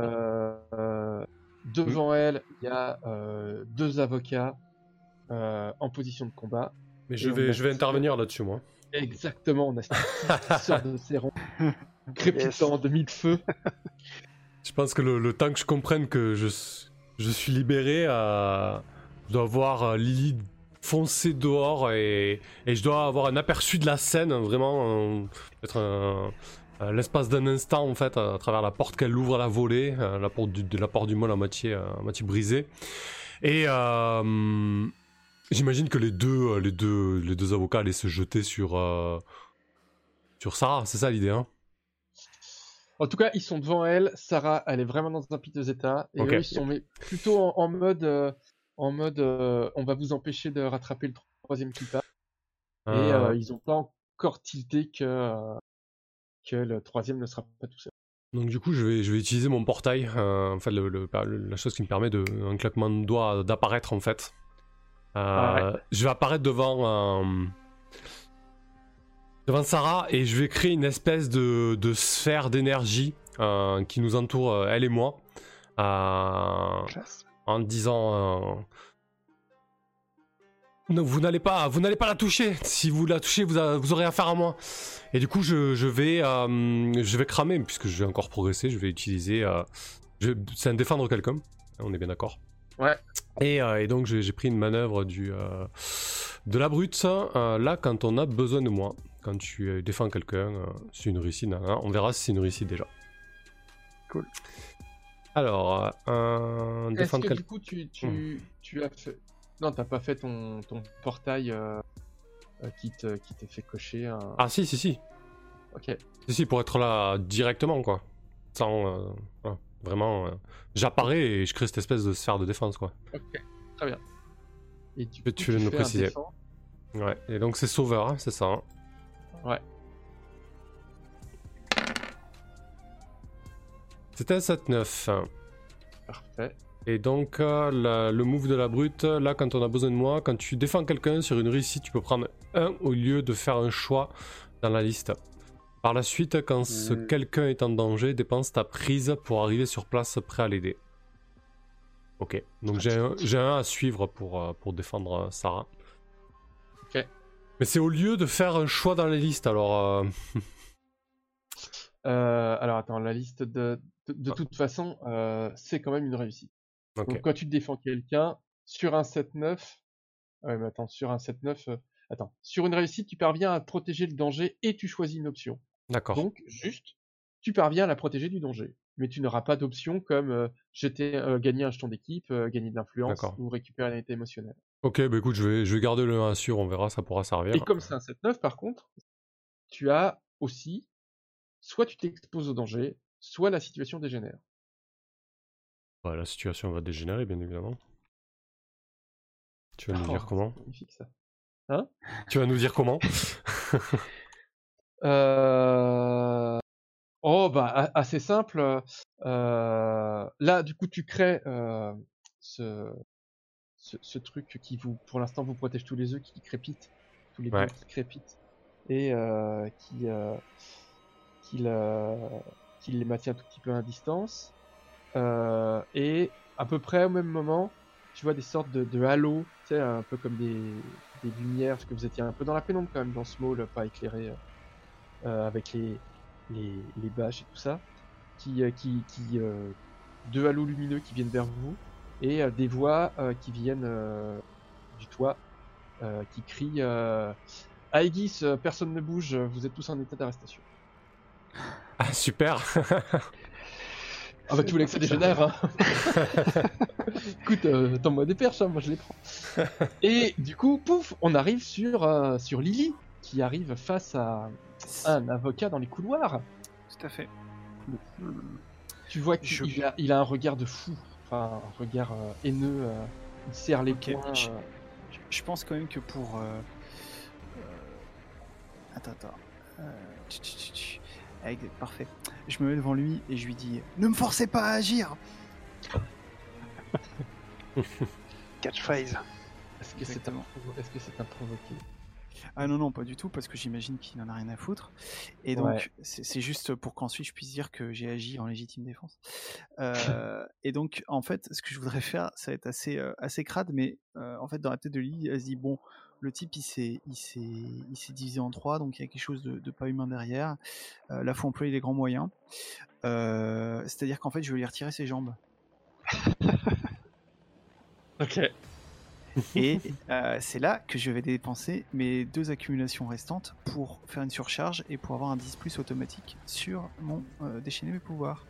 Devant elle, il y a 2 avocats en position de combat. Mais je vais intervenir là-dessus, moi. Exactement, on a Steve qui sort de ses rangs, crépitant de mille feux. Je pense que le temps que je comprenne que je suis libéré, je dois voir Lily foncer dehors et je dois avoir un aperçu de la scène, vraiment, peut-être l'espace d'un instant en fait, à travers la porte qu'elle ouvre à la volée, la porte du mall à moitié brisée. Et j'imagine que les deux avocats allaient se jeter sur Sarah, c'est ça l'idée, hein? En tout cas, ils sont devant elle. Sarah, elle est vraiment dans un piteux état. Et Okay. eux, ils sont plutôt en mode, on va vous empêcher de rattraper le troisième qui part. Et ils n'ont pas encore tilté que le troisième ne sera pas tout seul. Donc du coup, je vais utiliser mon portail, en fait, la chose qui me permet un claquement de doigts d'apparaître en fait. Ouais. Je vais apparaître devant Sarah et je vais créer une espèce de sphère d'énergie qui nous entoure, elle et moi, en disant non, vous n'allez pas la toucher. Si vous la touchez, vous aurez affaire à moi. Et du coup, je vais cramer puisque je vais encore progresser. Je vais utiliser, c'est un défendre quelqu'un. On est bien d'accord. Ouais. Et donc j'ai pris une manœuvre de la brute. Là, quand on a besoin de moi, quand tu défends quelqu'un, c'est une réussite. On verra si c'est une réussite déjà. Cool. Alors, défendre quelqu'un. Du coup, tu as fait. Non, t'as pas fait ton portail qui te fait cocher. Ah si. Ok. Si, pour être là directement, quoi. Sans. Vraiment, j'apparais et je crée cette espèce de sphère de défense, quoi. Ok, très bien. Et du coup, tu veux nous préciser. Ouais, et donc c'est sauveur, hein, c'est ça. Hein. Ouais. C'était un 7-9. Parfait. Et donc, le move de la brute, là, quand on a besoin de moi, quand tu défends quelqu'un sur une réussite, tu peux prendre 1 au lieu de faire un choix dans la liste. Par la suite, quand ce quelqu'un est en danger, dépense ta prise pour arriver sur place prêt à l'aider. Ok, donc j'ai un à suivre pour défendre Sarah. Ok. Mais c'est au lieu de faire un choix dans les listes, alors... Alors attends, la liste de toute façon, c'est quand même une réussite. Okay. Donc quand tu défends quelqu'un, sur un 7-9... Ouais, mais attends, sur un 7-9... Attends, sur une réussite, tu parviens à protéger le danger et tu choisis une option. D'accord. Donc, juste, tu parviens à la protéger du danger. Mais tu n'auras pas d'option comme gagner un jeton d'équipe, gagner de l'influence ou récupérer une unité émotionnelle. Ok, bah écoute, je vais garder le 1 sur, on verra, ça pourra servir. Et comme c'est un 7-9 par contre, tu as aussi, soit tu t'exposes au danger, soit la situation dégénère. Ouais, la situation va dégénérer, bien évidemment. Tu vas nous dire comment? C'est magnifique ça. Hein? Tu vas nous dire comment? Oh bah assez simple. Là du coup tu crées ce truc qui pour l'instant vous protège tous les œufs qui crépitent, tous les deux qui crépitent et qui les maintient un tout petit peu à distance. Et à peu près au même moment, tu vois des sortes de halos, tu sais, un peu comme des lumières, parce que vous étiez un peu dans la pénombre quand même dans ce mall, pas éclairé, avec les bâches et tout ça, deux halos lumineux qui viennent vers vous, et des voix qui viennent du toit, qui crient Aegis, personne ne bouge, vous êtes tous en état d'arrestation. Ah super. Ah bah tu voulais que ça dégénère, hein. Écoute, tends-moi des perches, hein, moi je les prends. Et du coup, pouf, on arrive sur Lily, qui arrive face à un avocat dans les couloirs. Tout à fait. Tu vois qu'il a un regard de fou, enfin un regard haineux, il serre les poings. Je pense quand même que Attends. Parfait. Je me mets devant lui et je lui dis « Ne me forcez pas à agir !» Catchphrase. Est-ce que c'est Exactement. un provoqué? Ah non, pas du tout, parce que j'imagine qu'il en a rien à foutre. Et donc, Ouais. c'est juste pour qu'ensuite je puisse dire que j'ai agi en légitime défense. Et donc, en fait, ce que je voudrais faire, ça va être assez crade, mais en fait, dans la tête de Lily, elle se dit bon, le type, il s'est divisé en 3, donc il y a quelque chose de pas humain derrière. Là, faut employer les grands moyens. C'est-à-dire qu'en fait, je vais lui retirer ses jambes. Ok. Et c'est là que je vais dépenser mes 2 accumulations restantes pour faire une surcharge et pour avoir un 10+ automatique sur mon déchaîner mes pouvoirs.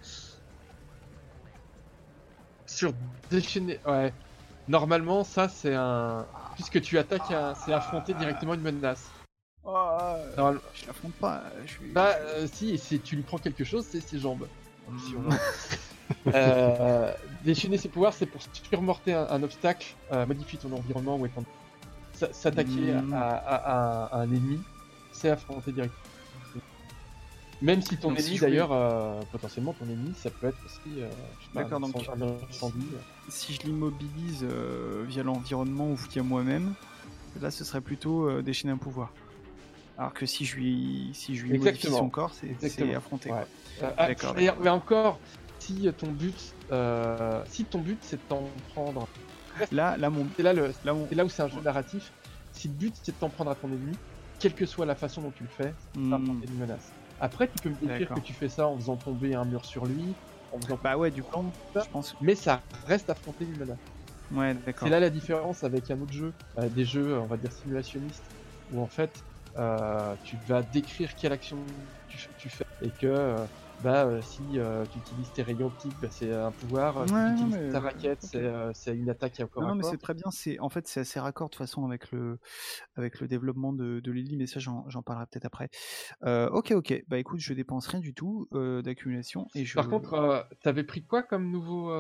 Sur déchaîner, ouais. Normalement, ça c'est un. Puisque tu attaques, c'est affronter directement une menace. Normal- Je l'affronte pas. Bah, si tu lui prends quelque chose, c'est ses jambes. Si on- déchaîner ses pouvoirs, c'est pour surmonter un obstacle, modifier ton environnement ou étendre. S'attaquer à un ennemi, c'est affronter directement. Même si ton Donc, ennemi, si je voulais- d'ailleurs, potentiellement ton ennemi, ça peut être aussi je sais pas, D'accord, donc- un incendie. Si je l'immobilise via l'environnement ou via moi-même, là ce serait plutôt déchaîner un pouvoir. Alors que si je lui modifie Exactement. son corps, c'est Exactement. affronter. Ouais. quoi. D'accord. Mais encore, si ton but c'est de t'en prendre. Là, C'est là où c'est un jeu Ouais. narratif. Si le but c'est de t'en prendre à ton ennemi, quelle que soit la façon dont tu le fais, ça va apporter une menace. Après, tu peux me décrire D'accord. que tu fais ça en faisant tomber un mur sur lui, en faisant... Bah ouais, du coup, je pense. mais ça reste affronter une menace. Ouais, d'accord. C'est là la différence avec un autre jeu, des jeux, on va dire simulationnistes, où en fait, tu vas décrire quelle action tu fais, et que si tu utilises tes rayons optiques, c'est un pouvoir, si Ouais, tu utilises mais, ta raquette, ok. c'est une attaque à corps Non, à mais corps. c'est très bien. En fait, c'est assez raccord de toute façon avec le développement de Lily, mais ça, j'en parlerai peut-être après. Ok. Bah écoute, je dépense rien du tout d'accumulation et je. Par contre, t'avais pris quoi comme nouveau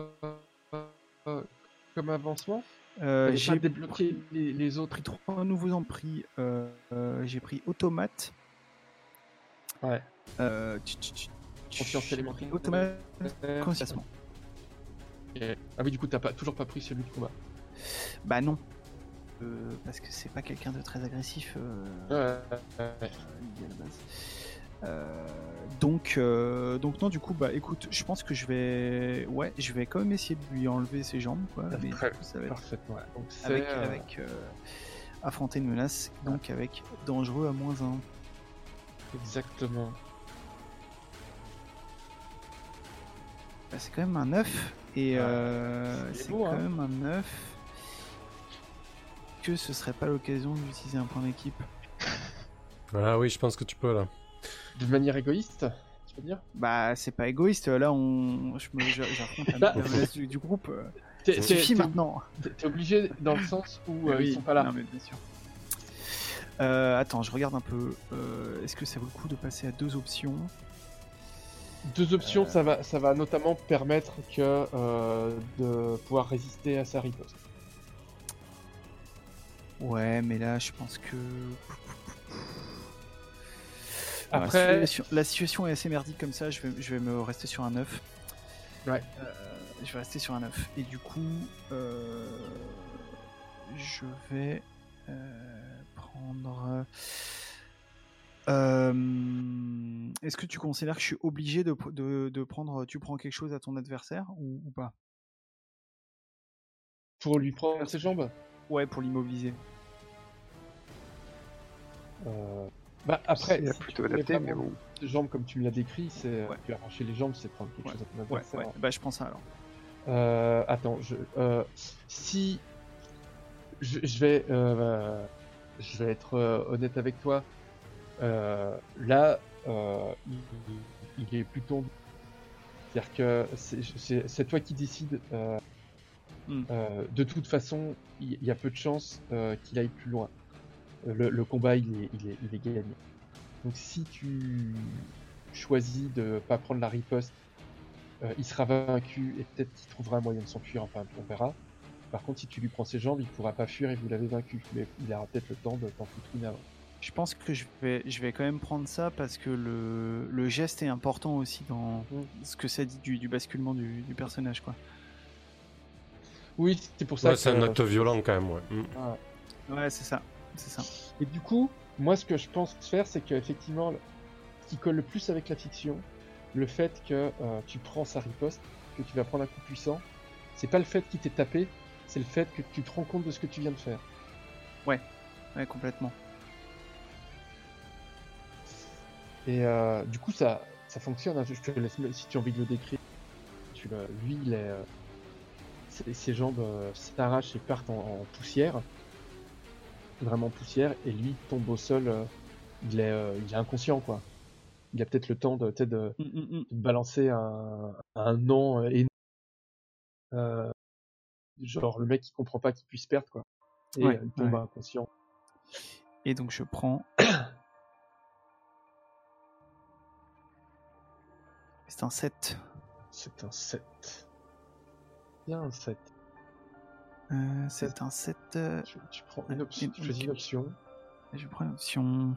comme avancement? T'avais J'ai pas débloqué les autres. pris 3 nouveaux ampris. J'ai pris automate. Ouais. Confiance Confiance élémentaire. Automate. Conscientement. Ah oui, du coup, t'as toujours pas pris celui de combat. Bah non. Parce que c'est pas quelqu'un de très agressif. Ouais. Lily, à la base. Donc non, du coup, bah écoute, je pense que je vais quand même essayer de lui enlever ses jambes, quoi. Mais du coup, ça va être Parfaitement. Donc c'est avec affronter une menace, donc avec dangereux à -1. exactement. Bah, c'est quand même un 9 et c'est c'est beau, quand hein. même un 9. Que ce serait pas l'occasion d'utiliser un point d'équipe? Ah oui, je pense que tu peux là. De manière égoïste, tu veux dire? Bah c'est pas égoïste, là j'affronte la menace du groupe. Ça suffit maintenant. T'es obligé dans le sens où Oui, ils sont pas là. non, mais bien sûr. Attends, je regarde un peu. Est-ce que ça vaut le coup de passer à 2 options? 2 options, ça va notamment permettre que de pouvoir résister à sa riposte. Ouais, mais là, je pense que... Après... La situation est assez merdique comme ça, je vais me rester sur un 9. Ouais. Je vais rester sur un 9. Et du coup, je vais prendre... Est-ce que tu considères que je suis obligé de prendre... Tu prends quelque chose à ton adversaire ou pas? Pour lui prendre ses jambes? Ouais, pour l'immobiliser. Bah après, c'est si plutôt tu adapté, pas mais bon. Les jambes comme tu me l'as décrit, c'est Ouais. tu arracher les jambes, c'est prendre quelque chose à ton adversaire. Ouais. Bah je prends ça alors. Attends, si je vais être honnête avec toi, là il est plutôt, c'est-à-dire que c'est toi qui décides. De toute façon, il y a peu de chances qu'il aille plus loin. Le combat il est gagné. Donc si tu choisis de pas prendre la riposte, il sera vaincu et peut-être qu'il trouvera un moyen de s'enfuir, enfin on verra. Par contre, si tu lui prends ses jambes, il pourra pas fuir et vous l'avez vaincu, mais il aura peut-être le temps de t'en foutre une avant. Je pense que je vais quand même prendre ça parce que le geste est important aussi dans ce que ça dit du basculement du personnage, quoi. Oui, c'est pour ça Ouais, que... c'est un acte violent quand même, ouais. Ouais, c'est ça. Et du coup, moi, ce que je pense faire, c'est qu'effectivement, ce qui colle le plus avec la fiction, le fait que tu prends sa riposte, que tu vas prendre un coup puissant, c'est pas le fait qu'il t'ait tapé, c'est le fait que tu te rends compte de ce que tu viens de faire. Ouais, complètement. Et du coup, ça fonctionne. Hein. Je te laisse, si tu as envie de le décrire. Lui, ses jambes s'arrachent et partent en poussière, vraiment poussière, et lui tombe au sol. Il est inconscient, quoi. Il a peut-être le temps de balancer un nom énorme. Genre le mec qui comprend pas qu'il puisse perdre, quoi. Et il tombe inconscient. Et donc je prends. C'est un 7. C'est un 7. Il y a un 7. C'est un 7. Tu prends une option. Tu choisis une option. Je prends une option.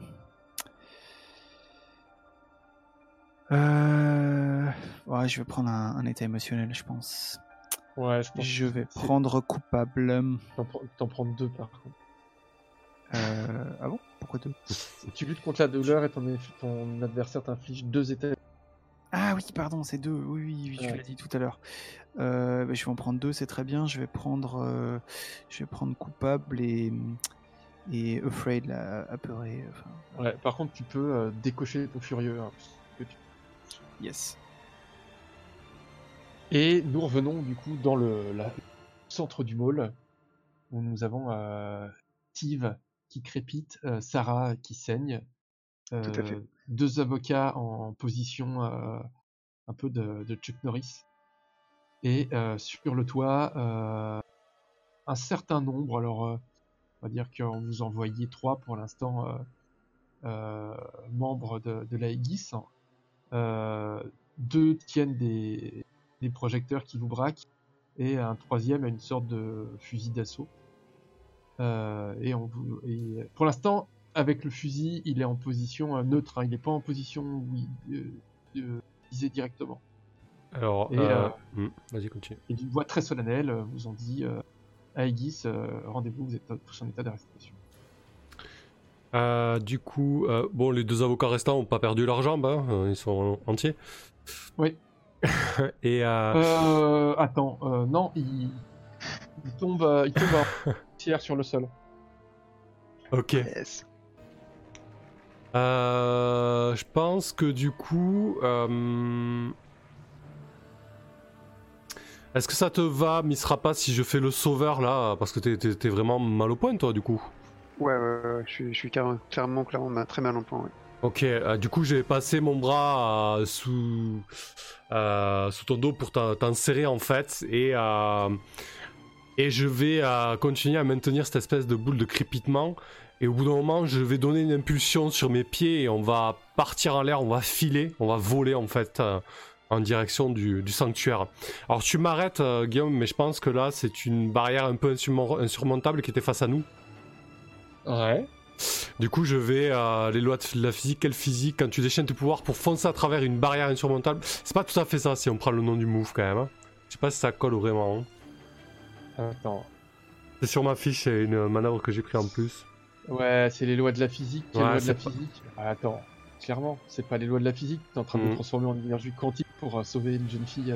Ouais, je vais prendre un état émotionnel, je pense. Ouais, je pense. Je vais prendre coupable. T'en prends 2 par contre. Ah bon? Pourquoi 2? Tu luttes contre la douleur et ton adversaire t'inflige 2 états. Ah oui, pardon, c'est 2. Oui, tu l'as dit tout à l'heure. Je vais en prendre 2, c'est très bien. Je vais prendre coupable et afraid, là, apeuré. Ouais, par contre, tu peux décocher ton furieux. Hein, Yes. Et nous revenons du coup dans le centre du mall où nous avons Steve qui crépite, Sarah qui saigne, Tout à fait. 2 avocats en position un peu de Chuck Norris, et sur le toit un certain nombre, alors on va dire qu'on nous envoyait 3 pour l'instant membres de l'Aegis. 2 tiennent des projecteurs qui vous braquent, et un 3e a une sorte de fusil d'assaut. Et pour l'instant, avec le fusil, il est en position neutre, hein, il n'est pas en position où il viser directement. Alors, vas-y, continue. Et d'une voix très solennelle, vous en dit Aegis, rendez-vous, vous êtes tous en état d'arrestation. Du coup, bon, les 2 avocats restants n'ont pas perdu leurs jambes, hein, ils sont entiers. Oui. Et attends, non, il tombe en tiers sur le sol. ok. Yes. Je pense que du coup, est-ce que ça te va, Misrapa, si je fais le sauveur là, parce que t'es vraiment mal au point, toi, du coup. Ouais, je suis clairement très mal en point. Ouais. Ok, du coup, j'ai passé mon bras sous ton dos pour t'en serrer en fait, et je vais continuer à maintenir cette espèce de boule de crépitement. Et au bout d'un moment, je vais donner une impulsion sur mes pieds et on va partir en l'air, on va filer, on va voler en fait en direction du sanctuaire. Alors tu m'arrêtes, Guillaume, mais je pense que là, c'est une barrière un peu insurmontable qui était face à nous. Ouais. Du coup, je vais les lois de la physique, quelle physique, quand tu déchaînes tes pouvoirs pour foncer à travers une barrière insurmontable. C'est pas tout à fait ça si on prend le nom du move quand même. Hein. Je sais pas si ça colle vraiment. Attends. C'est sur ma fiche, c'est une manœuvre que j'ai pris en plus. Ouais, c'est les lois de la physique. Quelles Ouais, lois de la c'est pas- physique Attends, clairement, c'est pas les lois de la physique. T'es en train de me transformer en énergie quantique pour sauver une jeune fille.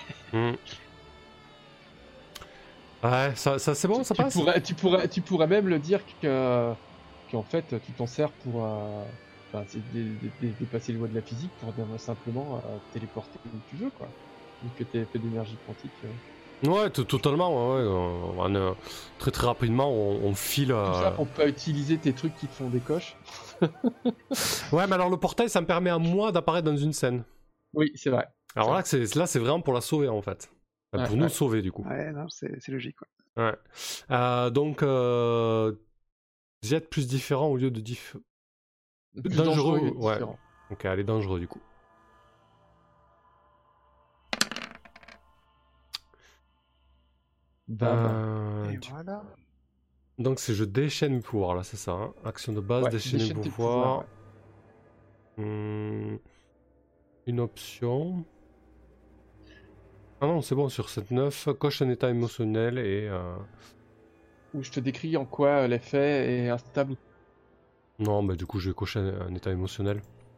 Ouais, ça c'est bon, ça passe. Tu pourrais même le dire qu'en fait, tu t'en sers pour dépasser les lois de la physique pour simplement téléporter où tu veux, quoi. Vu que t'es fait d'énergie quantique. Ouais, totalement. Ouais. Très très rapidement, on file. Tout ça pour pas utiliser tes trucs qui te font des coches. Ouais, mais alors le portail, ça me permet à moi d'apparaître dans une scène. Oui, c'est vrai. Alors là, c'est vraiment pour la sauver en fait. Enfin, pour nous sauver du coup. Ouais, non, c'est logique. Ouais. Donc, jet plus différent au lieu de dangereux et ouais. différent. Ok, elle est dangereux du coup. Et voilà. Donc c'est je déchaîne mes pouvoirs là, c'est ça. Hein. Action de base, Ouais, déchaîner déchaîne tes pouvoirs. ouais. Une option. Ah non, c'est bon, sur cette 9, coche un état émotionnel et... Où je te décris en quoi l'effet est instable. Non, mais du coup je vais cocher un état émotionnel.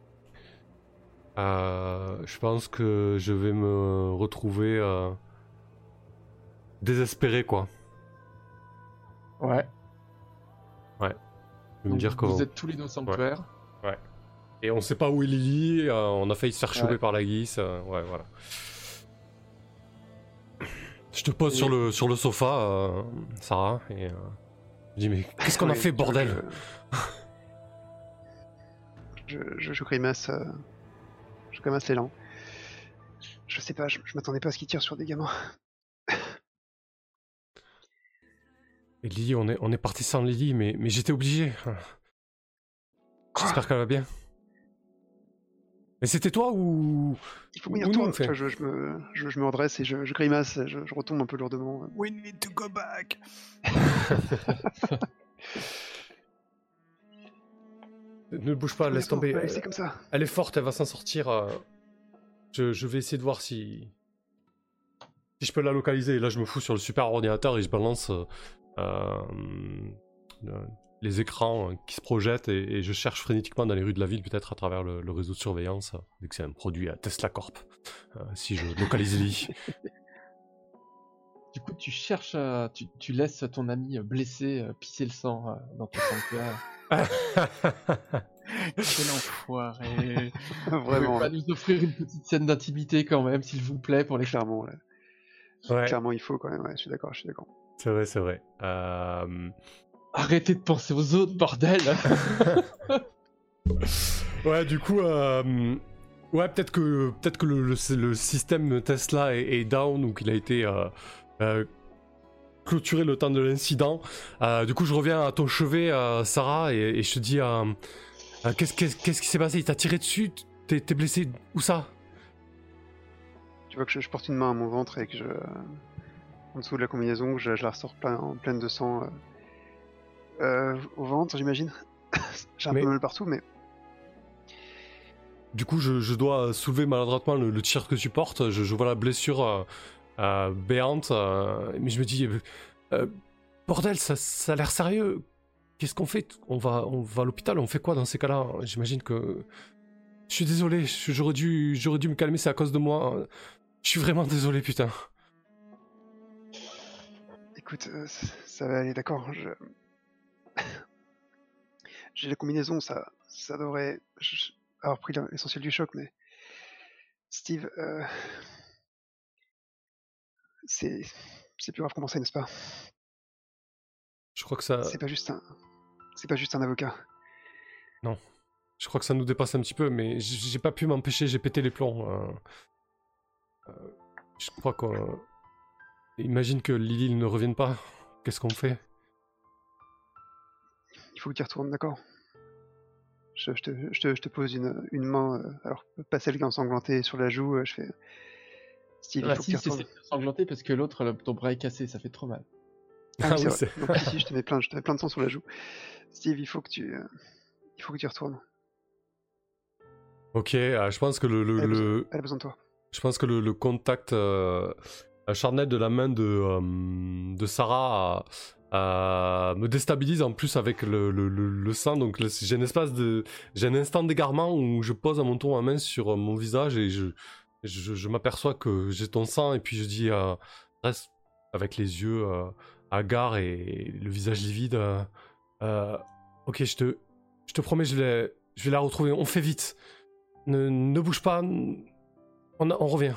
Je pense que je vais me retrouver désespéré quoi. Ouais. Je vais me Donc dire que... vous êtes tous les deux au sanctuaire. Ouais. Et on sait pas où est Lily, on a failli se faire choper Ouais. par la Guise, ouais voilà. Je te pose Et- sur le sofa, Sarah, et je dis mais qu'est-ce qu'on a Ouais, fait bordel? Je grimace. Je grimace l'élan. Je sais pas, je m'attendais pas à ce qu'il tire sur des gamins. Et Lily, on est parti sans Lily, mais j'étais obligé. J'espère qu'elle va bien. Mais c'était toi ou... Il faut qu'on y ou nous, retourne. on fait. Enfin, je me redresse et je grimace, je retombe un peu lourdement. We need to go back. Ne bouge pas, On y laisse retourne, tomber. on va laisser comme ça. Elle est forte, elle va s'en sortir. Je vais essayer de voir si je peux la localiser. Et là, je me fous sur le super ordinateur et je balance les écrans qui se projettent et je cherche frénétiquement dans les rues de la ville, peut-être à travers le réseau de surveillance, vu que c'est un produit à Tesla Corp. Si je localise Lee. Du coup, tu cherches, tu laisses ton ami blessé pisser le sang dans ton sanctuaire. Quel enfoiré. Vous Vraiment, pouvez pas nous offrir une petite scène d'intimité quand même, s'il vous plaît, pour les clairement. Là. Ouais, Clairement, il faut quand même. Ouais, je suis d'accord. c'est vrai, c'est vrai. Arrêtez de penser aux autres, bordel. Ouais, du coup, ouais, peut-être que le système Tesla est down ou qu'il a été clôturé le temps de l'incident. Du coup, je reviens à ton chevet, Sarah, et je te dis, qu'est-ce qui s'est passé? Il t'a tiré dessus? T'es blessé? Où ça? Tu vois que je porte une main à mon ventre et que en dessous de la combinaison, je la ressors pleine de sang au ventre, j'imagine. J'ai un Mais- peu mal partout, mais Du coup, je dois soulever maladroitement le tir que tu portes. Je vois la blessure béante, mais je me dis, bordel, ça a l'air sérieux. Qu'est-ce qu'on fait? On va à l'hôpital, on fait quoi dans ces cas-là? J'imagine que... Je suis désolé, j'aurais dû me calmer, c'est à cause de moi. Je suis vraiment désolé, putain. écoute, ça va aller, d'accord. J'ai la combinaison, ça devrait avoir pris l'essentiel du choc, mais Steve, c'est plus grave qu'on pensait, n'est-ce pas? Je crois que ça... C'est pas juste un avocat. Non. Je crois que ça nous dépasse un petit peu, mais j'ai pas pu m'empêcher, j'ai pété les plombs. Je crois qu'on... Imagine que Lily ne revienne pas. Qu'est-ce qu'on fait? Il faut que tu y retournes, d'accord? Je te pose une main, alors pas celle qui est ensanglantée sur la joue, je fais... Steve, il Ah faut que tu y si, c'est retournes. sanglanté parce que l'autre, ton bras est cassé, ça fait trop mal. Ah oui, Ah c'est oui, vrai. c'est... Donc si, je te mets plein de sang sur la joue. Steve, il faut que tu y retournes. Ok, je pense que le... Elle a besoin de toi. Je pense que le contact charnel de la main de Sarah me déstabilise en plus avec le sang. Donc j'ai j'ai un instant d'égarement où je pose à mon tour ma main sur mon visage et je m'aperçois que j'ai ton sang et puis je dis reste avec les yeux hagards et le visage livide. Ok, je te promets, je vais la retrouver. On fait vite. Ne bouge pas. On revient.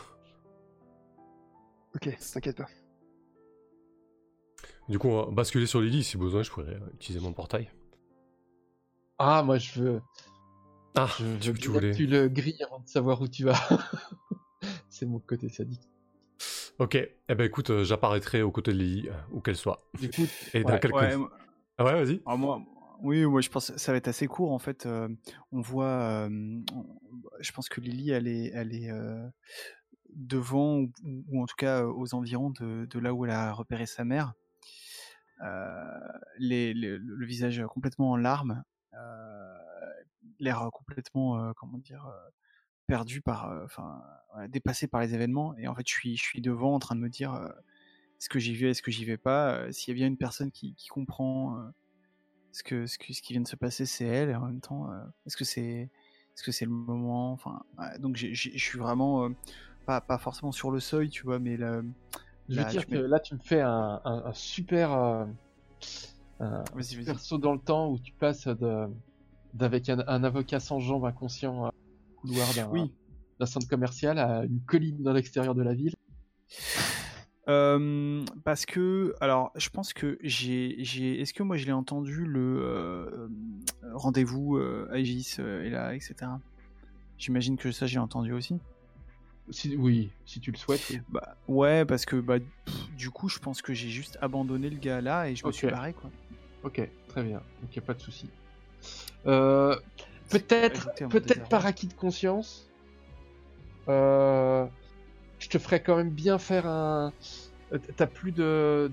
Ok, t'inquiète pas. Du coup, on va basculer sur Lily. Si besoin, je pourrais utiliser mon portail. Ah, moi je veux... Ah, Je veux tu bien voulais... que tu le grilles avant de savoir où tu vas. C'est mon côté sadique. Ok, eh ben écoute, j'apparaîtrai aux côtés de Lily, où qu'elle soit. Du coup, Et dans ouais. quelques... Ouais, Ah ouais, vas-y. moi, je pense que ça va être assez court en fait. On voit, je pense que Lily, elle est devant ou en tout cas aux environs de là où elle a repéré sa mère. le visage complètement en larmes, l'air complètement, perdu dépassé par les événements. Et en fait, je suis devant en train de me dire est-ce que j'y vais, est-ce que j'y vais pas. S'il y a bien une personne qui comprend ce qui vient de se passer, c'est elle. Et en même temps, est-ce que c'est le moment. Donc je suis vraiment pas forcément sur le seuil, tu vois, mais Je veux dire que là, tu me fais un super, Vas-y. super saut dans le temps où tu passes d'avec un avocat sans jambes inconscient au couloir d'un centre commercial à une colline dans l'extérieur de la ville. Parce que, alors, je pense que est-ce que moi je l'ai entendu le rendez-vous Aegis est là, etc. J'imagine que ça j'ai entendu aussi. Oui, si tu le souhaites. Oui. Bah ouais, parce que du coup je pense que j'ai juste abandonné le gars là et je me suis barré, quoi. Ok, très bien. Donc y a pas de souci. Peut-être par acquis de conscience. Je te ferais quand même bien faire un. T'as plus de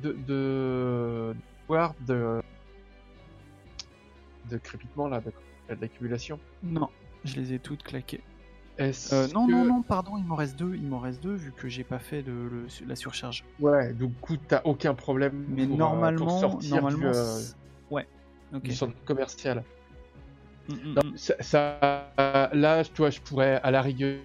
crépitement là, d'accumulation. Non, je les ai toutes claquées. Non, pardon, il m'en reste deux vu que j'ai pas fait la surcharge. Ouais, du coup t'as aucun problème. Mais pour sortir ouais. Ok. Du centre commercial. Non, là, toi, je pourrais à la rigueur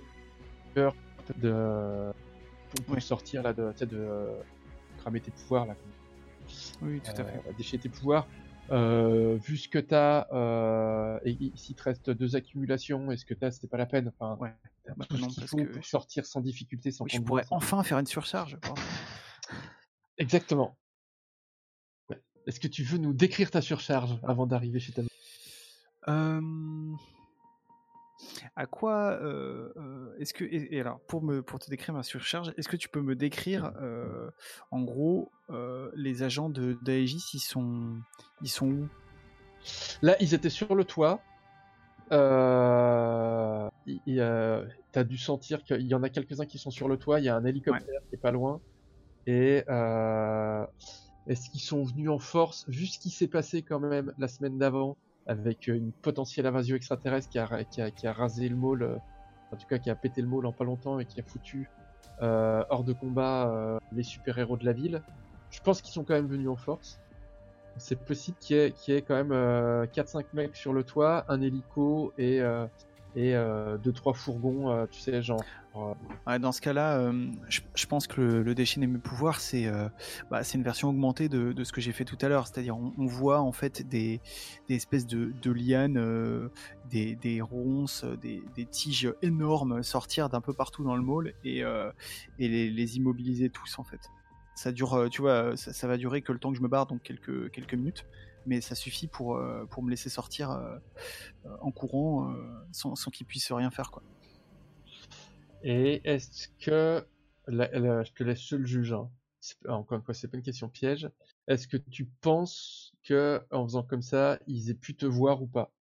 pour sortir là de cramer tes pouvoirs là. Oui, tout à fait. Déchirer tes pouvoirs. Vu ce que t'as, et s'il te reste 2 accumulations, et ce que t'as, c'était pas la peine. Enfin, ouais. T'as tout ce qu'il faut pour sortir sans difficulté, sans je pourrais enfin faire une surcharge. Exactement. Est-ce que tu veux nous décrire ta surcharge avant d'arriver chez ta... À quoi est-ce que et alors pour te décrire ma surcharge, est-ce que tu peux me décrire en gros les agents d'Aegis, ils sont où? Là, ils étaient sur le toit. T'as dû sentir qu'il y en a quelques-uns qui sont sur le toit. Il y a un hélicoptère qui est pas loin. Et est-ce qu'ils sont venus en force, vu ce qui s'est passé quand même la semaine d'avant, avec une potentielle invasion extraterrestre qui a rasé le mall, en tout cas qui a pété le mall en pas longtemps et qui a foutu hors de combat les super-héros de la ville. Je pense qu'ils sont quand même venus en force. C'est possible qu'il y ait quand même 4-5 mecs sur le toit, un hélico et 2-3 fourgons, tu sais, genre... Dans ce cas-là, je pense que le déchaîner mes pouvoirs, c'est une version augmentée de ce que j'ai fait tout à l'heure. C'est-à-dire, on voit en fait des espèces de lianes, des ronces, des tiges énormes sortir d'un peu partout dans le mall et les immobiliser tous en fait. Ça dure, tu vois, ça va durer que le temps que je me barre, donc quelques minutes. Mais ça suffit pour me laisser sortir en courant sans qu'ils puissent rien faire, quoi. Et est-ce que... je te laisse seul juge. Hein. Encore une fois, c'est pas une question piège. Est-ce que tu penses que en faisant comme ça, ils aient pu te voir ou pas?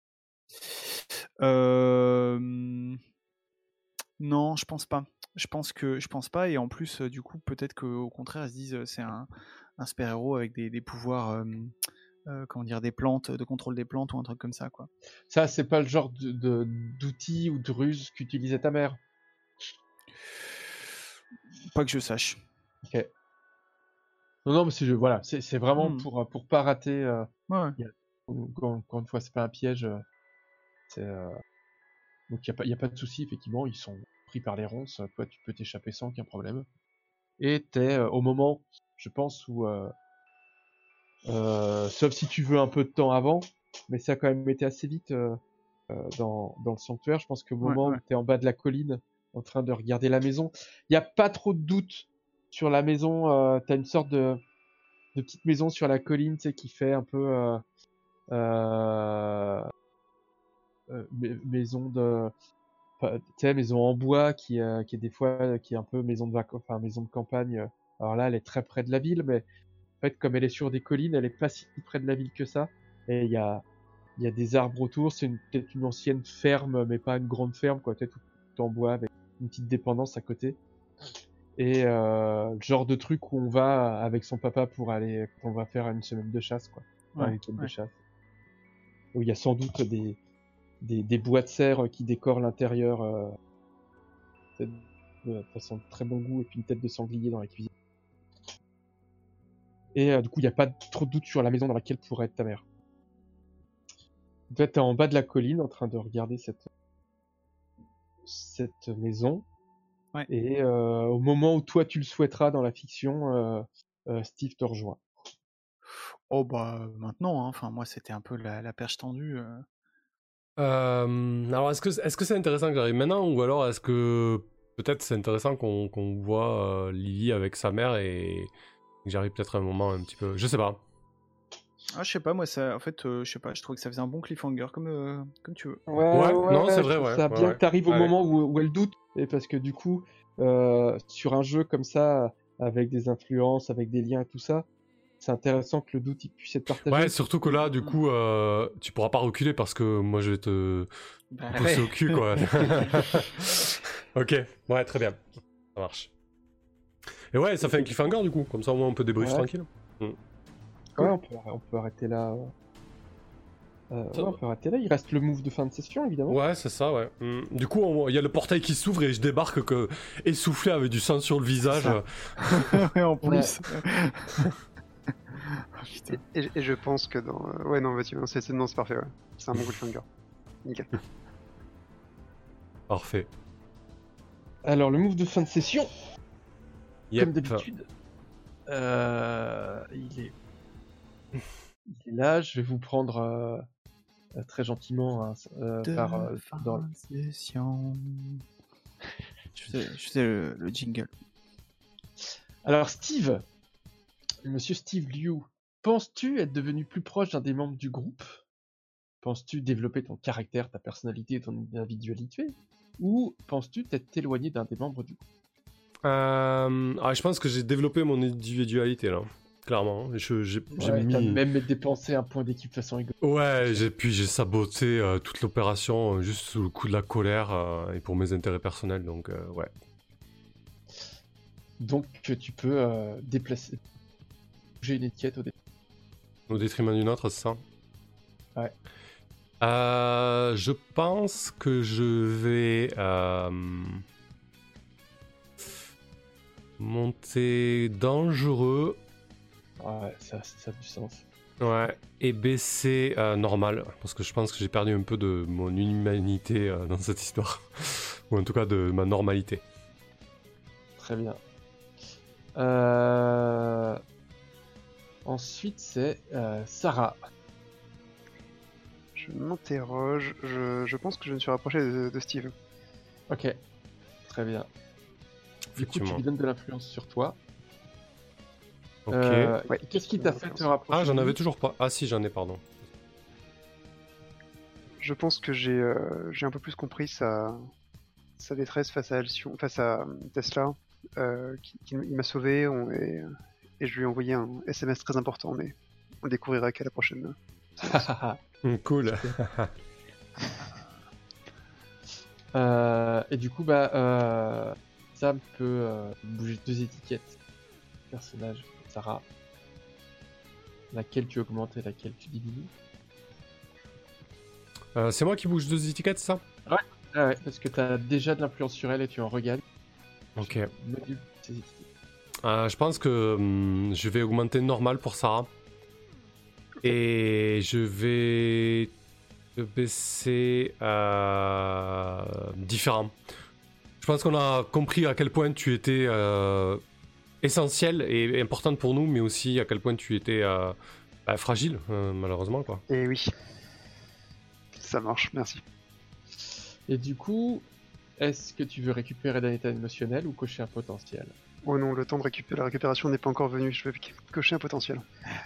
Non, je pense pas. Je pense pas. Et en plus, du coup, peut-être qu'au contraire, ils se disent c'est un super-héros avec des pouvoirs... comment dire, des plantes, de contrôle des plantes ou un truc comme ça, quoi. Ça, c'est pas le genre d'outil ou de ruse qu'utilisait ta mère? Pas que je sache. Ok. Non, mais c'est vraiment pour pas rater. Ouais. Encore une fois, c'est pas un piège. Donc il y a pas de souci, effectivement, ils sont pris par les ronces. Toi, tu peux t'échapper sans aucun problème. Et t'es au moment, je pense, où sauf si tu veux un peu de temps avant, mais ça a quand même été assez vite dans le sanctuaire. Je pense qu'au moment où t'es en bas de la colline, en train de regarder la maison, il y a pas trop de doute sur la maison. T'as une sorte de petite maison sur la colline, tu sais, qui fait un peu maison de, tu sais, maison en bois qui est des fois qui est un peu maison de vacances, enfin maison de campagne. Alors là, elle est très près de la ville, mais en fait, comme elle est sur des collines, elle est pas si près de la ville que ça. Et il y a des arbres autour. C'est peut-être une ancienne ferme, mais pas une grande ferme, quoi. Peut-être tout en bois avec une petite dépendance à côté. Et le genre de truc où on va avec son papa pour aller, quand on va faire une semaine de chasse, quoi. Enfin, un week-end de chasse. Où il y a sans doute des bois de serre qui décorent l'intérieur de façon très bon goût, et puis une tête de sanglier dans la cuisine. Et du coup, il n'y a pas trop de doute sur la maison dans laquelle pourrait être ta mère. Tu es en bas de la colline en train de regarder cette maison. Ouais. Et au moment où toi tu le souhaiteras dans la fiction, Steve te rejoint. Oh bah maintenant, hein. Enfin moi c'était un peu la perche tendue. Alors, est-ce que c'est intéressant que j'arrive maintenant, ou alors est-ce que peut-être c'est intéressant qu'on voit Lily avec sa mère et que j'arrive peut-être à un moment un petit peu... Je sais pas. Ah je sais pas moi ça, en fait je sais pas, je trouve que ça faisait un bon cliffhanger comme tu veux. Ouais, non, c'est vrai, je trouve ouais, ça ouais, bien ouais. que t'arrives au Allez. moment où elle doute, et parce que du coup, sur un jeu comme ça, avec des influences, avec des liens et tout ça, c'est intéressant que le doute il puisse être partagé. Ouais, surtout que là, du coup, tu pourras pas reculer parce que moi je vais te Bah, pousser ouais. au cul, quoi. Ok, ouais, très bien. Ça marche. Et ouais, ça fait un cliffhanger du coup, comme ça au moins on peut débriefer Ouais. tranquille. Ouais, on peut arrêter là. Ouais, on peut arrêter là. Il reste le move de fin de session, évidemment. Ouais, c'est ça, ouais. Du coup, il y a le portail qui s'ouvre et je débarque essoufflé avec du sang sur le visage. Ouais, en plus. Oh, putain. Et je pense que dans. Ouais, non, vas-y, non, c'est parfait, ouais. C'est un bon cliffhanger. Nickel. Parfait. Alors, le move de fin de session, Yep. comme d'habitude, il est là. Je vais vous prendre très gentiment dans le... session. Je sais le jingle. Alors, Steve, monsieur Steve Liu, penses-tu être devenu plus proche d'un des membres du groupe? Penses-tu développer ton caractère, ta personnalité et ton individualité? Ou penses-tu t'être éloigné d'un des membres du groupe? Je pense que j'ai développé mon individualité là, clairement. J'ai T'as mis... même dépensé un point d'équipe de façon rigolote. Ouais, j'ai saboté toute l'opération juste sous le coup de la colère et pour mes intérêts personnels, donc ouais. Donc tu peux déplacer, bouger une étiquette Au détriment d'une autre, c'est ça? Ouais. Je pense que je vais monter dangereux. Ouais, ça a du sens. Ouais, et baisser normal, parce que je pense que j'ai perdu un peu de mon humanité dans cette histoire. Ou en tout cas de ma normalité. Très bien. Ensuite, c'est Sarah. Je m'interroge. Je pense que je me suis rapproché de Steve. Ok, très bien. Du coup, tu lui donnes de l'influence sur toi. Ok. Ouais. Qu'est-ce qui t'a fait te rapprocher? Ah, j'en de avais lui? toujours pas. Ah si, j'en ai, pardon. Je pense que j'ai un peu plus compris sa détresse face à Tesla. Il m'a sauvé et je lui ai envoyé un SMS très important, mais on découvrira qu'à la prochaine. Cool. Et du coup, Sam peut bouger 2 étiquettes. Personnage, Sarah. Laquelle tu augmentes et laquelle tu diminues? C'est moi qui bouge 2 étiquettes, c'est ça? Ah ouais, parce que t'as déjà de l'influence sur elle et tu en regagnes. Ok. Module ces étiquettes. Je pense que je vais augmenter normal pour Sarah. Et je vais baisser différent. Je pense qu'on a compris à quel point tu étais essentielle et importante pour nous, mais aussi à quel point tu étais fragile, malheureusement, quoi. Et oui. Ça marche, merci. Et du coup, est-ce que tu veux récupérer d'un état émotionnel ou cocher un potentiel? Oh non, le temps de la récupération n'est pas encore venu. Je vais cocher un potentiel.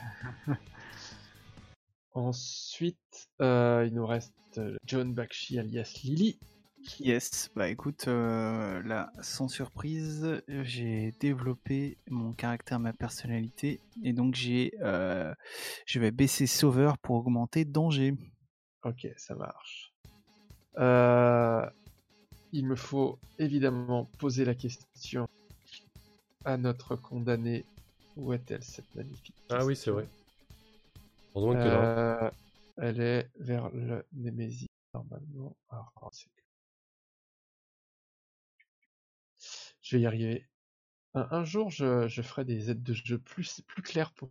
Ensuite, il nous reste John Bakshi alias Lily. Yes, bah écoute, là, sans surprise, j'ai développé mon caractère, ma personnalité, et donc je vais baisser sauveur pour augmenter danger. Ok, ça marche. Il me faut évidemment poser la question à notre condamnée. Où est-elle, cette magnifique Ah oui, c'est question vrai. Heureusement que là. Elle est vers le Némésis, normalement. Alors, je vais y arriver. Un jour, je ferai des aides de jeu plus claires pour...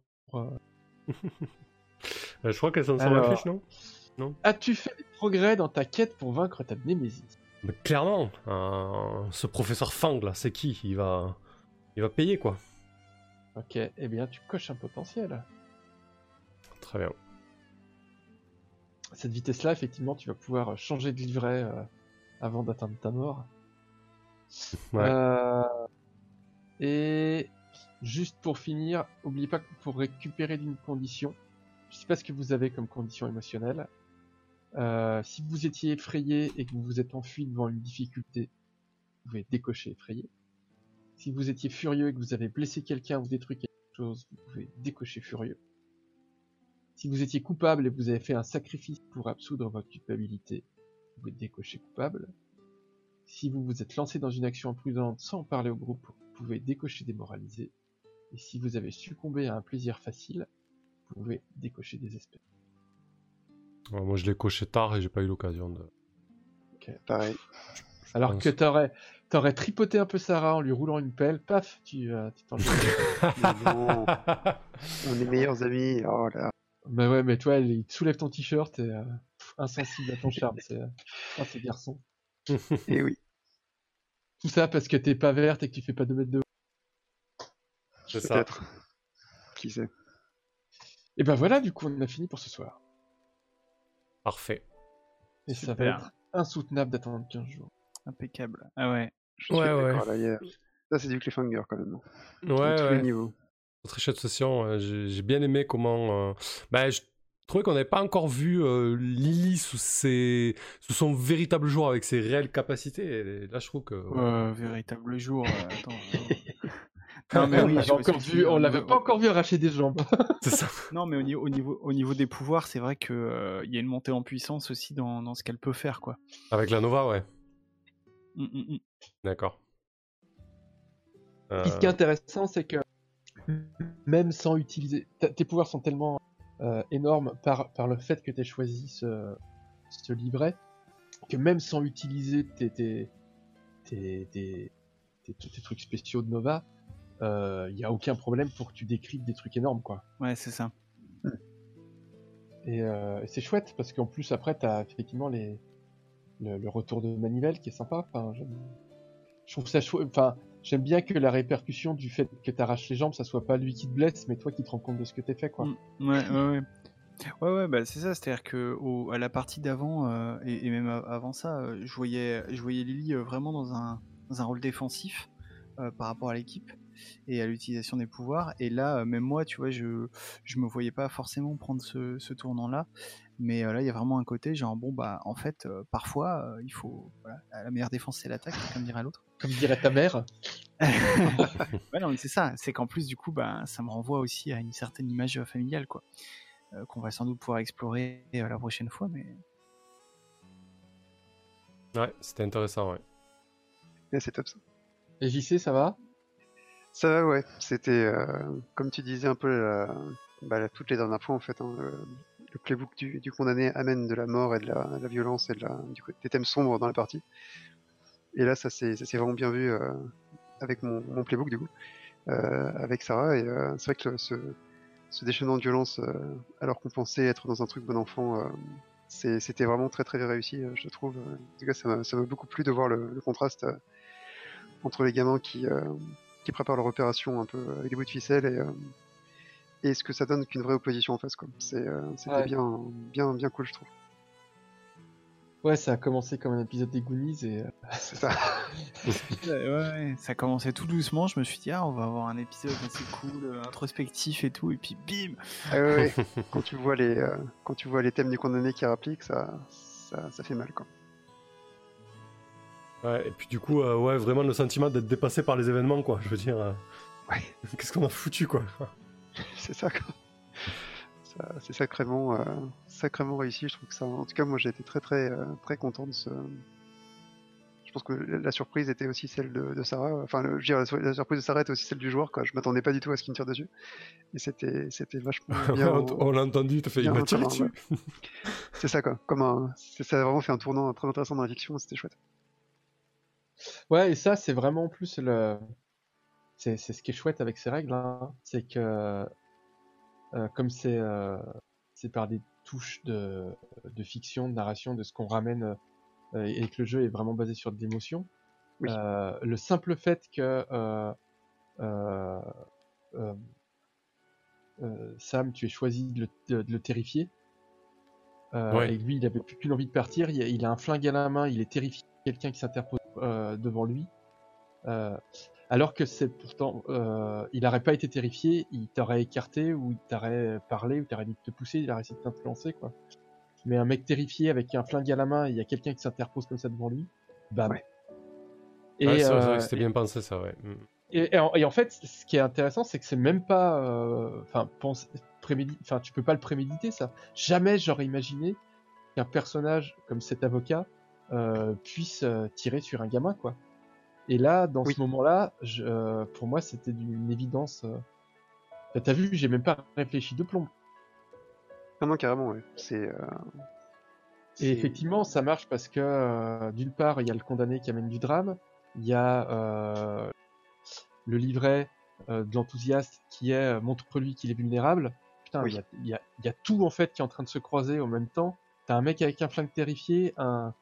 Je crois qu'elle s'en sort la fiche, Alors, non? as-tu fait des progrès dans ta quête pour vaincre ta Némésis? Mais clairement, ce professeur Fang là, c'est qui? Il va payer quoi. Ok, eh bien, tu coches un potentiel. Très bien. À cette vitesse-là, effectivement, tu vas pouvoir changer de livret avant d'atteindre ta mort. Ouais. Et juste pour finir, n'oubliez pas que pour récupérer d'une condition, je sais pas ce que vous avez comme condition émotionnelle. Si vous étiez effrayé et que vous vous êtes enfui devant une difficulté, vous pouvez décocher effrayé. Si vous étiez furieux et que vous avez blessé quelqu'un ou détruit quelque chose, vous pouvez décocher furieux. Si vous étiez coupable et que vous avez fait un sacrifice pour absoudre votre culpabilité, vous pouvez décocher coupable. Si vous vous êtes lancé dans une action imprudente sans parler au groupe, vous pouvez décocher démoralisé. Et si vous avez succombé à un plaisir facile, vous pouvez décocher désespéré. Ouais, moi je l'ai coché tard et j'ai pas eu l'occasion de. Okay. Pareil. Alors que t'aurais tripoté un peu Sarah en lui roulant une pelle, paf, tu t'en joues. Non. On est meilleurs amis. Oh là. Bah ouais, mais toi, il te soulève ton t-shirt et insensible à ton charme. C'est garçon. Et oui. Tout ça parce que t'es pas verte et que tu fais pas 2 mètres de haut. C'est ça. Peut-être. Qui sait. Et ben voilà, du coup, on a fini pour ce soir. Parfait. Et Super. ça va être insoutenable d'attendre 15 jours. Impeccable. Ah ouais. Je suis d'accord là hier. Ça, c'est du cliffhanger quand même. Ouais, à tous les niveaux. Très chouette session. J'ai bien aimé comment. Je trouvais qu'on n'avait pas encore vu Lily sous son véritable jour avec ses réelles capacités. Et là, je trouve que. Véritable jour. Attends. Non mais oui, on l'avait pas encore vu arracher des jambes. C'est ça. Non mais au niveau des pouvoirs, c'est vrai que y a une montée en puissance aussi dans ce qu'elle peut faire, quoi. Avec la Nova, ouais. D'accord. Puis ce qui est intéressant, c'est que même sans utiliser, tes pouvoirs sont tellement énormes par le fait que tu aies choisi ce livret, que même sans utiliser tes trucs spéciaux de Nova, y a aucun problème pour que tu décryptes des trucs énormes, quoi. Ouais, c'est ça. Et c'est chouette parce qu'en plus après t'as effectivement le retour de manivelle qui est sympa. Enfin, je trouve ça chouette. Enfin, j'aime bien que la répercussion du fait que t'arraches les jambes, ça soit pas lui qui te blesse, mais toi qui te rends compte de ce que t'es fait, quoi. Ouais, bah c'est ça. C'est-à-dire que à la partie d'avant et même avant ça, je voyais Lily vraiment dans un rôle défensif par rapport à l'équipe et à l'utilisation des pouvoirs. Et là, même moi, tu vois, je me voyais pas forcément prendre ce tournant-là. Mais là, il y a vraiment un côté genre, bon, bah, en fait, parfois, il faut. Voilà, la meilleure défense, c'est l'attaque, comme dirait l'autre. Comme dirait ta mère. Ouais, non, mais c'est ça. C'est qu'en plus, du coup, bah, ça me renvoie aussi à une certaine image familiale, quoi. Qu'on va sans doute pouvoir explorer la prochaine fois, mais. Ouais, c'était intéressant, ouais. Et c'est top ça. Et JC, ça va? Ça va, ouais. C'était, comme tu disais un peu, toutes les dernières fois en fait. Le playbook du condamné amène de la mort et de la violence et des thèmes sombres dans la partie. Et là, ça s'est vraiment bien vu avec mon playbook du coup, avec Sarah. Et c'est vrai que ce déchaînement de violence, alors qu'on pensait être dans un truc bon enfant, c'était vraiment très très réussi, je trouve. En tout cas, ça m'a beaucoup plu de voir le contraste entre les gamins qui préparent leur opération un peu avec des bouts de ficelle et ce que ça donne qu'une vraie opposition en face, quoi. C'était Ouais. bien cool, je trouve. Ouais, ça a commencé comme un épisode des Goonies et. C'est ça. Ouais, ça commençait tout doucement. Je me suis dit, on va avoir un épisode assez cool, introspectif et tout, et puis bim. Ah ouais. Quand tu vois les thèmes du condamné qui rappliquent, ça fait mal, quoi. Ouais, et puis du coup, ouais, vraiment le sentiment d'être dépassé par les événements, quoi. Je veux dire, Ouais. qu'est-ce qu'on a foutu, quoi. C'est ça, quoi. C'est sacrément réussi. Je trouve que ça. En tout cas, moi, j'ai été très très très content de ce. Je pense que la surprise était aussi celle de Sarah. Enfin, je veux dire, la surprise de Sarah était aussi celle du joueur, quoi. Je m'attendais pas du tout à ce qu'il me tire dessus. Et c'était vachement bien. On l'a entendu, t'as fait, il bien m'a tiré comme un- dessus. C'est ça, quoi. Ça a vraiment fait un tournant très intéressant dans la fiction, c'était chouette. Ouais, et ça, c'est vraiment en plus c'est ce qui est chouette avec ces règles, hein. C'est que comme c'est par des touches de fiction, de narration, de ce qu'on ramène, et que le jeu est vraiment basé sur de l'émotion. Oui. Le simple fait que euh, euh, Sam, tu aies choisi de le terrifier, Ouais. et lui, il avait plus qu'une envie de partir. Il a un flingue à la main, il est terrifié de quelqu'un qui s'interpose devant lui. Alors que c'est pourtant, il n'aurait pas été terrifié, il t'aurait écarté, ou il t'aurait parlé, ou t'aurait dit de te pousser, il aurait essayé de t'influencer, quoi. Mais un mec terrifié avec un flingue à la main et il y a quelqu'un qui s'interpose comme ça devant lui, bam. Ouais. Et, Ouais, c'est vrai que c'était bien pensé, ça, ouais. et en fait, ce qui est intéressant, c'est que c'est même pas, enfin, tu peux pas le préméditer, ça. Jamais j'aurais imaginé qu'un personnage comme cet avocat puisse tirer sur un gamin, quoi. Et là, dans Oui. ce moment-là, pour moi, c'était d'une évidence. T'as vu, j'ai même pas réfléchi de plomb. Ah non, carrément, ouais. Et effectivement, ça marche parce que, d'une part, il y a le condamné qui amène du drame, il y a le livret de l'enthousiaste qui est montre-lui qu'il est vulnérable. Putain, Oui. il y a tout en fait qui est en train de se croiser en même temps. T'as un mec avec un flingue terrifié,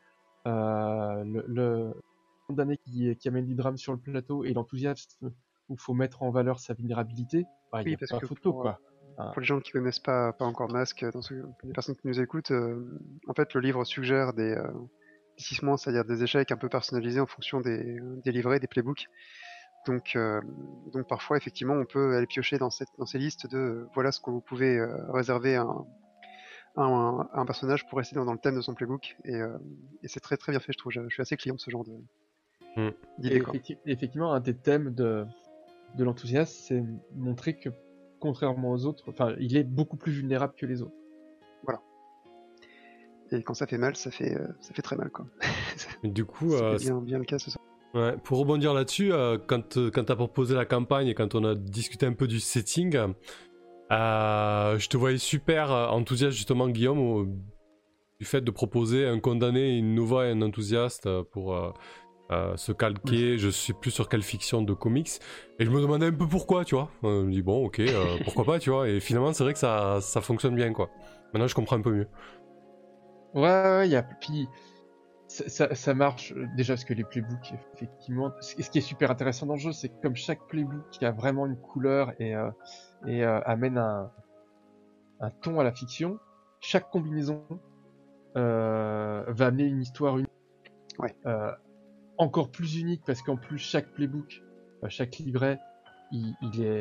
le condamné qui amène du drame sur le plateau et l'enthousiaste où il faut mettre en valeur sa vulnérabilité. Il n'y Oui, a parce pas que photo, quoi. pour les gens qui connaissent pas encore Masque, les personnes qui nous écoutent, en fait, le livre suggère des 6 mois, c'est-à-dire des échecs un peu personnalisés en fonction des livrets, des playbooks. Donc parfois, effectivement, on peut aller piocher dans ces listes de voilà ce que vous pouvez réserver à un personnage pour rester dans le thème de son playbook. Et c'est très très bien fait, je trouve. Je suis assez client de ce genre d'idée, quoi. Effectivement, un des thèmes de l'enthousiasme, c'est montrer que, contrairement aux autres, enfin, il est beaucoup plus vulnérable que les autres. Voilà. Et quand ça fait mal, ça fait très mal, quoi. Et du coup, c'est bien le cas ce soir. ouais, pour rebondir là-dessus, quand t'as proposé la campagne et quand on a discuté un peu du setting, je te voyais super enthousiaste justement, Guillaume, du fait de proposer un condamné, une nova et un enthousiaste pour se calquer, je sais plus sur quelle fiction de comics, et je me demandais un peu pourquoi, tu vois. Je me dis bon, ok, pourquoi pas, tu vois. Et finalement, c'est vrai que ça fonctionne bien, quoi. Maintenant, je comprends un peu mieux. Ouais, puis ça marche déjà parce que les playbooks, effectivement, ce qui est super intéressant dans le jeu, c'est que comme chaque playbook a vraiment une couleur et amène un ton à la fiction, chaque combinaison va amener une histoire unique. Ouais. Encore plus unique parce qu'en plus chaque playbook, chaque livret, il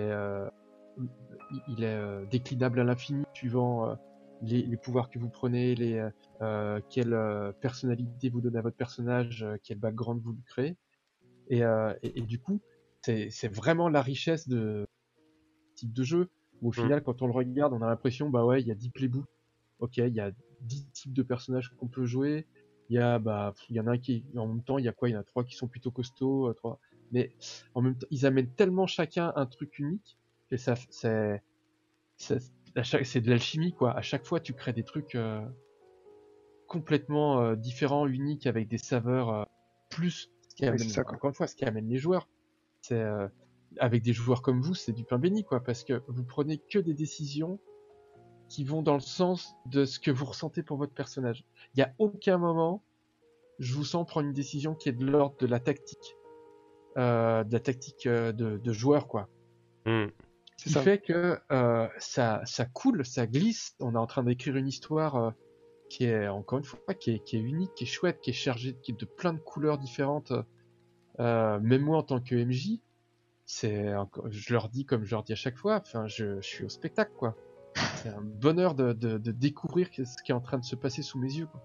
est déclinable à l'infini suivant les pouvoirs que vous prenez, quelle personnalité vous donnez à votre personnage, quel background vous lui créez. Et du coup, c'est vraiment la richesse de type de jeu où au final, quand on le regarde, on a l'impression, bah ouais, il y a 10 playbooks. Ok, il y a 10 types de personnages qu'on peut jouer. Il y en a un qui, en même temps, il y a quoi? Il y en a 3 qui sont plutôt costauds, 3. Mais en même temps, ils amènent tellement chacun un truc unique que c'est de l'alchimie, quoi. À chaque fois, tu crées des trucs complètement différents, uniques, avec des saveurs plus. Ce qui amène, ça, quoi. encore une fois, ce qui amène les joueurs. C'est avec des joueurs comme vous, c'est du pain béni, quoi, parce que vous prenez que des décisions qui vont dans le sens de ce que vous ressentez pour votre personnage. Il n'y a aucun moment, je vous sens prendre une décision qui est de l'ordre de la tactique, de joueur, quoi. Ce qui fait que ça coule, ça glisse. On est en train d'écrire une histoire qui est, encore une fois, qui est unique, qui est chouette, qui est chargée de plein de couleurs différentes. Même moi, en tant que MJ, je leur dis comme je leur dis à chaque fois, enfin, je suis au spectacle, quoi. C'est un bonheur de découvrir ce qui est en train de se passer sous mes yeux, quoi.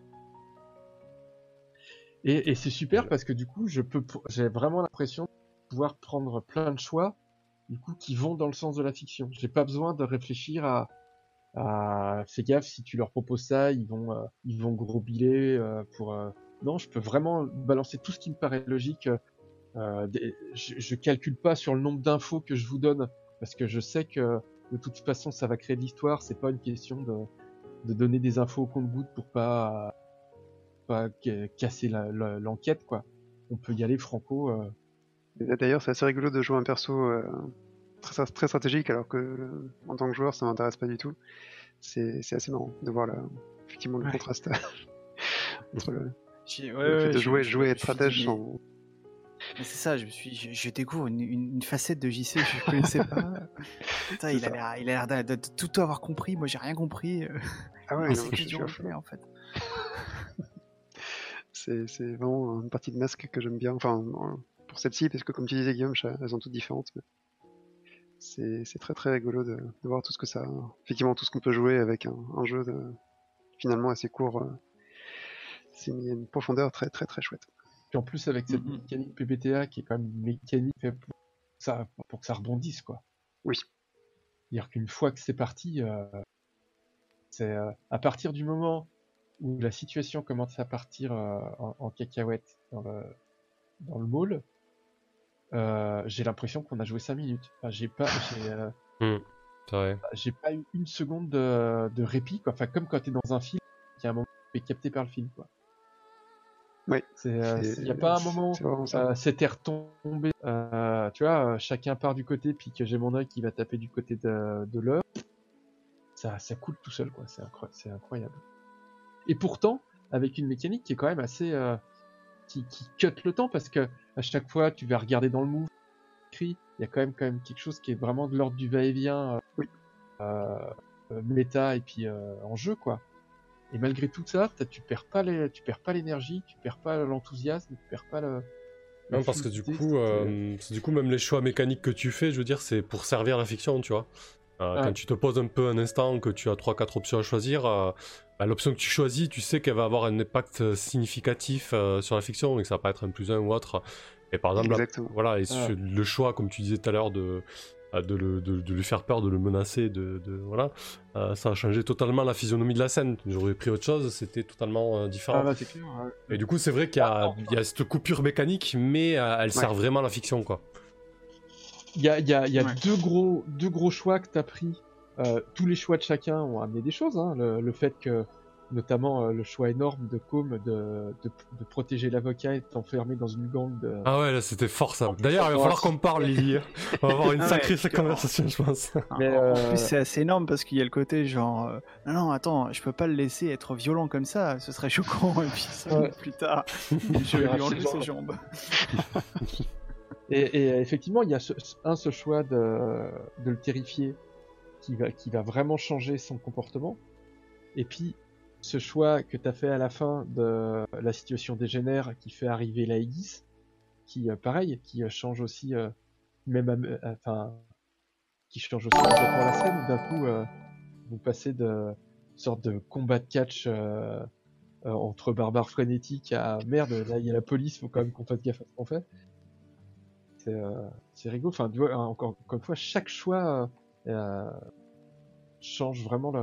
Et c'est super parce que du coup, j'ai vraiment l'impression de pouvoir prendre plein de choix, du coup, qui vont dans le sens de la fiction. J'ai pas besoin de réfléchir à fais gaffe, si tu leur proposes ça, ils vont gros biler pour non, je peux vraiment balancer tout ce qui me paraît logique. Je calcule pas sur le nombre d'infos que je vous donne, parce que je sais que de toute façon ça va créer de l'histoire. C'est pas une question de donner des infos au compte-gouttes pour pas casser l'enquête, quoi. On peut y aller franco. Et d'ailleurs, c'est assez rigolo de jouer un perso très stratégique, alors que en tant que joueur, ça m'intéresse pas du tout. C'est assez marrant de voir effectivement le Ouais. contraste entre le J'ai- le fait de jouer et être me suis stratège dit, sans. mais c'est ça, je découvre une facette de JC que je connaissais pas. Putain, C'est il a ça. l'air de tout avoir compris. Moi, j'ai rien compris. Ah ouais, Mais non, c'est je que suis du à fond. roleplay, en fait. C'est vraiment une partie de masque que j'aime bien. Enfin, pour celle-ci, parce que comme tu disais, Guillaume, elles sont toutes différentes. Mais c'est très très rigolo de voir tout ce que ça. Effectivement, tout ce qu'on peut jouer avec un jeu finalement assez court. Il y a une profondeur très très très chouette. Puis en plus avec cette Mhm. mécanique PBTA qui est quand même une mécanique faite pour que ça rebondisse, quoi. Oui. C'est-à-dire qu'une fois que c'est parti, c'est à partir du moment où la situation commence à partir en cacahuète dans le mall, j'ai l'impression qu'on a joué 5 minutes. Enfin, C'est vrai. j'ai pas eu une seconde de répit, quoi. Enfin, comme quand t'es dans un film, qu'il y a un moment où tu es capté par le film, quoi. Oui. Il n'y a pas un moment, C'est vraiment ça. c'était retombé, tu vois, chacun part du côté, puis que j'ai mon œil qui va taper du côté de l'heure. Ça coule tout seul, quoi. C'est incroyable. Et pourtant, avec une mécanique qui est quand même assez, qui cut le temps, parce que à chaque fois, tu vas regarder dans le move, il y a quand même quelque chose qui est vraiment de l'ordre du va-et-vient, Oui. méta et puis en jeu, quoi. Et malgré tout ça, tu perds pas l'énergie, tu perds pas l'enthousiasme, tu perds pas la Non, parce que du fluidité, coup, même les choix mécaniques que tu fais, je veux dire, c'est pour servir la fiction, tu vois. Ouais. Quand tu te poses un peu un instant, que tu as 3-4 options à choisir, bah, l'option que tu choisis, tu sais qu'elle va avoir un impact significatif sur la fiction, et que ça va pas être un plus un ou autre. Et par exemple, Exactement. voilà, et le choix, comme tu disais tout à l'heure, de lui faire peur, de le menacer, voilà, ça a changé totalement la physionomie de la scène. J'aurais pris autre chose, c'était totalement différent. Ah bah c'est clair. Ouais. Et du coup, c'est vrai qu'il y a cette coupure mécanique, mais elle sert vraiment à la fiction, quoi. Il y a Ouais. deux gros choix que t'as pris. Tous les choix de chacun ont amené des choses, hein. Le fait que, notamment, le choix énorme de Com de protéger l'avocat et de t'enfermer dans une gang de. Ah ouais, là c'était fort ça. D'ailleurs, il va falloir qu'on parle, Lily. On va avoir une Ah sacrée ouais, conversation, je pense. Mais, En plus, c'est assez énorme parce qu'il y a le côté genre non, attends, je peux pas le laisser être violent comme ça, ce serait choquant. Et puis 5 minutes plus tard, je vais lui enlever ses jambes. Et effectivement, il y a ce choix de le terrifier qui va vraiment changer son comportement. Et puis, ce choix que tu as fait à la fin de la situation dégénère qui fait arriver l'Aegis, qui, pareil, qui change aussi, qui change aussi complètement la scène. D'un coup, vous passez de sorte de combat de catch entre barbares frénétiques à merde, là il y a la police, faut quand même qu'on fasse gaffe à ce qu'on fait. C'est rigolo. Enfin, tu vois, encore une fois, chaque choix change vraiment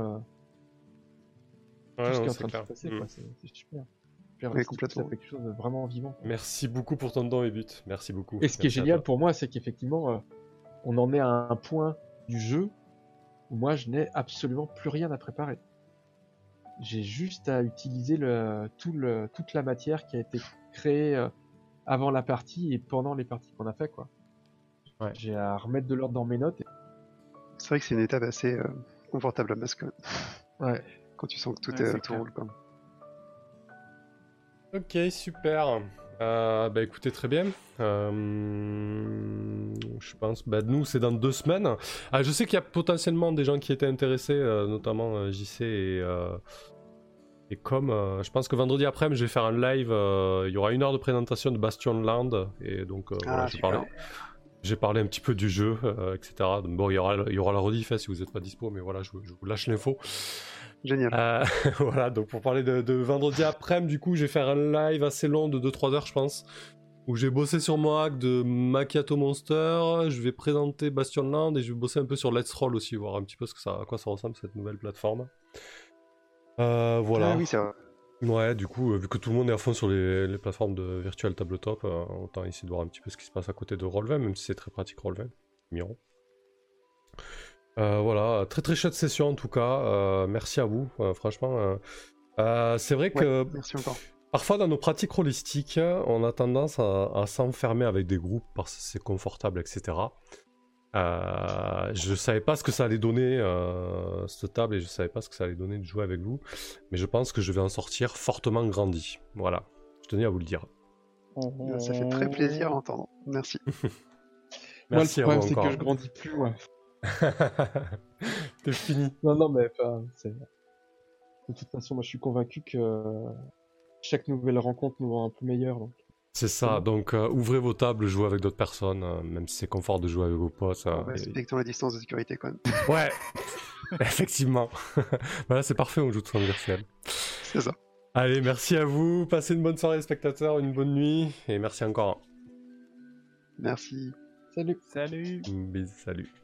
tout ce qui est en train de se passer. Quoi. C'est super. Oui, complètement. Ça fait quelque chose de vraiment vivant. Quoi. Merci beaucoup pour ton don et but. Merci beaucoup. Et ce qui est génial pour moi, c'est qu'effectivement, on en est à un point du jeu où moi, je n'ai absolument plus rien à préparer. J'ai juste à utiliser toute la matière qui a été créée avant la partie et pendant les parties qu'on a fait, quoi. Ouais. J'ai à remettre de l'ordre dans mes notes. C'est vrai que c'est une étape assez confortable à masque. Ouais. Quand tu sens que tout roule, quoi. Ok, super. Bah écoutez, très bien. Je pense, nous c'est dans 2 semaines. Je sais qu'il y a potentiellement des gens qui étaient intéressés, notamment JC et comme je pense que vendredi après-midi je vais faire un live, il y aura 1 heure de présentation de Bastion Land et donc voilà, j'ai parlé un petit peu du jeu, etc. Donc, bon, il y aura la rediff si vous n'êtes pas dispo, mais voilà, je vous lâche l'info. Génial. Voilà, donc pour parler de vendredi après-midi, du coup, je vais faire un live assez long de 2-3 heures, je pense, où j'ai bossé sur mon hack de Macchiato Monster, je vais présenter Bastion Land et je vais bosser un peu sur Let's Roll aussi, voir un petit peu à quoi ça ressemble cette nouvelle plateforme. Voilà. Ah oui, c'est vrai. Ouais, du coup, vu que tout le monde est à fond sur les plateformes de virtual tabletop, autant essayer de voir un petit peu ce qui se passe à côté de Roll20, même si c'est très pratique Roll20. Miro. Voilà, très très chouette session en tout cas. Merci à vous, franchement. C'est vrai que Merci encore. parfois dans nos pratiques holistiques, on a tendance à s'enfermer avec des groupes parce que c'est confortable, etc. Je savais pas ce que ça allait donner cette table et je savais pas ce que ça allait donner de jouer avec vous, mais je pense que je vais en sortir fortement grandi. Voilà, je tenais à vous le dire. Ça fait très plaisir à entendre. Merci. Moi, Merci le à vous problème, c'est encore. que je grandis plus, ouais. T'es fini. Non, mais enfin, de toute façon, moi, je suis convaincu que chaque nouvelle rencontre nous rend un peu meilleur. Donc. C'est ça, donc ouvrez vos tables, jouez avec d'autres personnes, même si c'est confort de jouer avec vos potes. Respectons la distance de sécurité quand même. Ouais, effectivement. Voilà, c'est parfait, on joue tout en virtuel. C'est ça. Allez, merci à vous, passez une bonne soirée les spectateurs, une bonne nuit, et merci encore. Merci. Salut. Salut. Bisous, salut.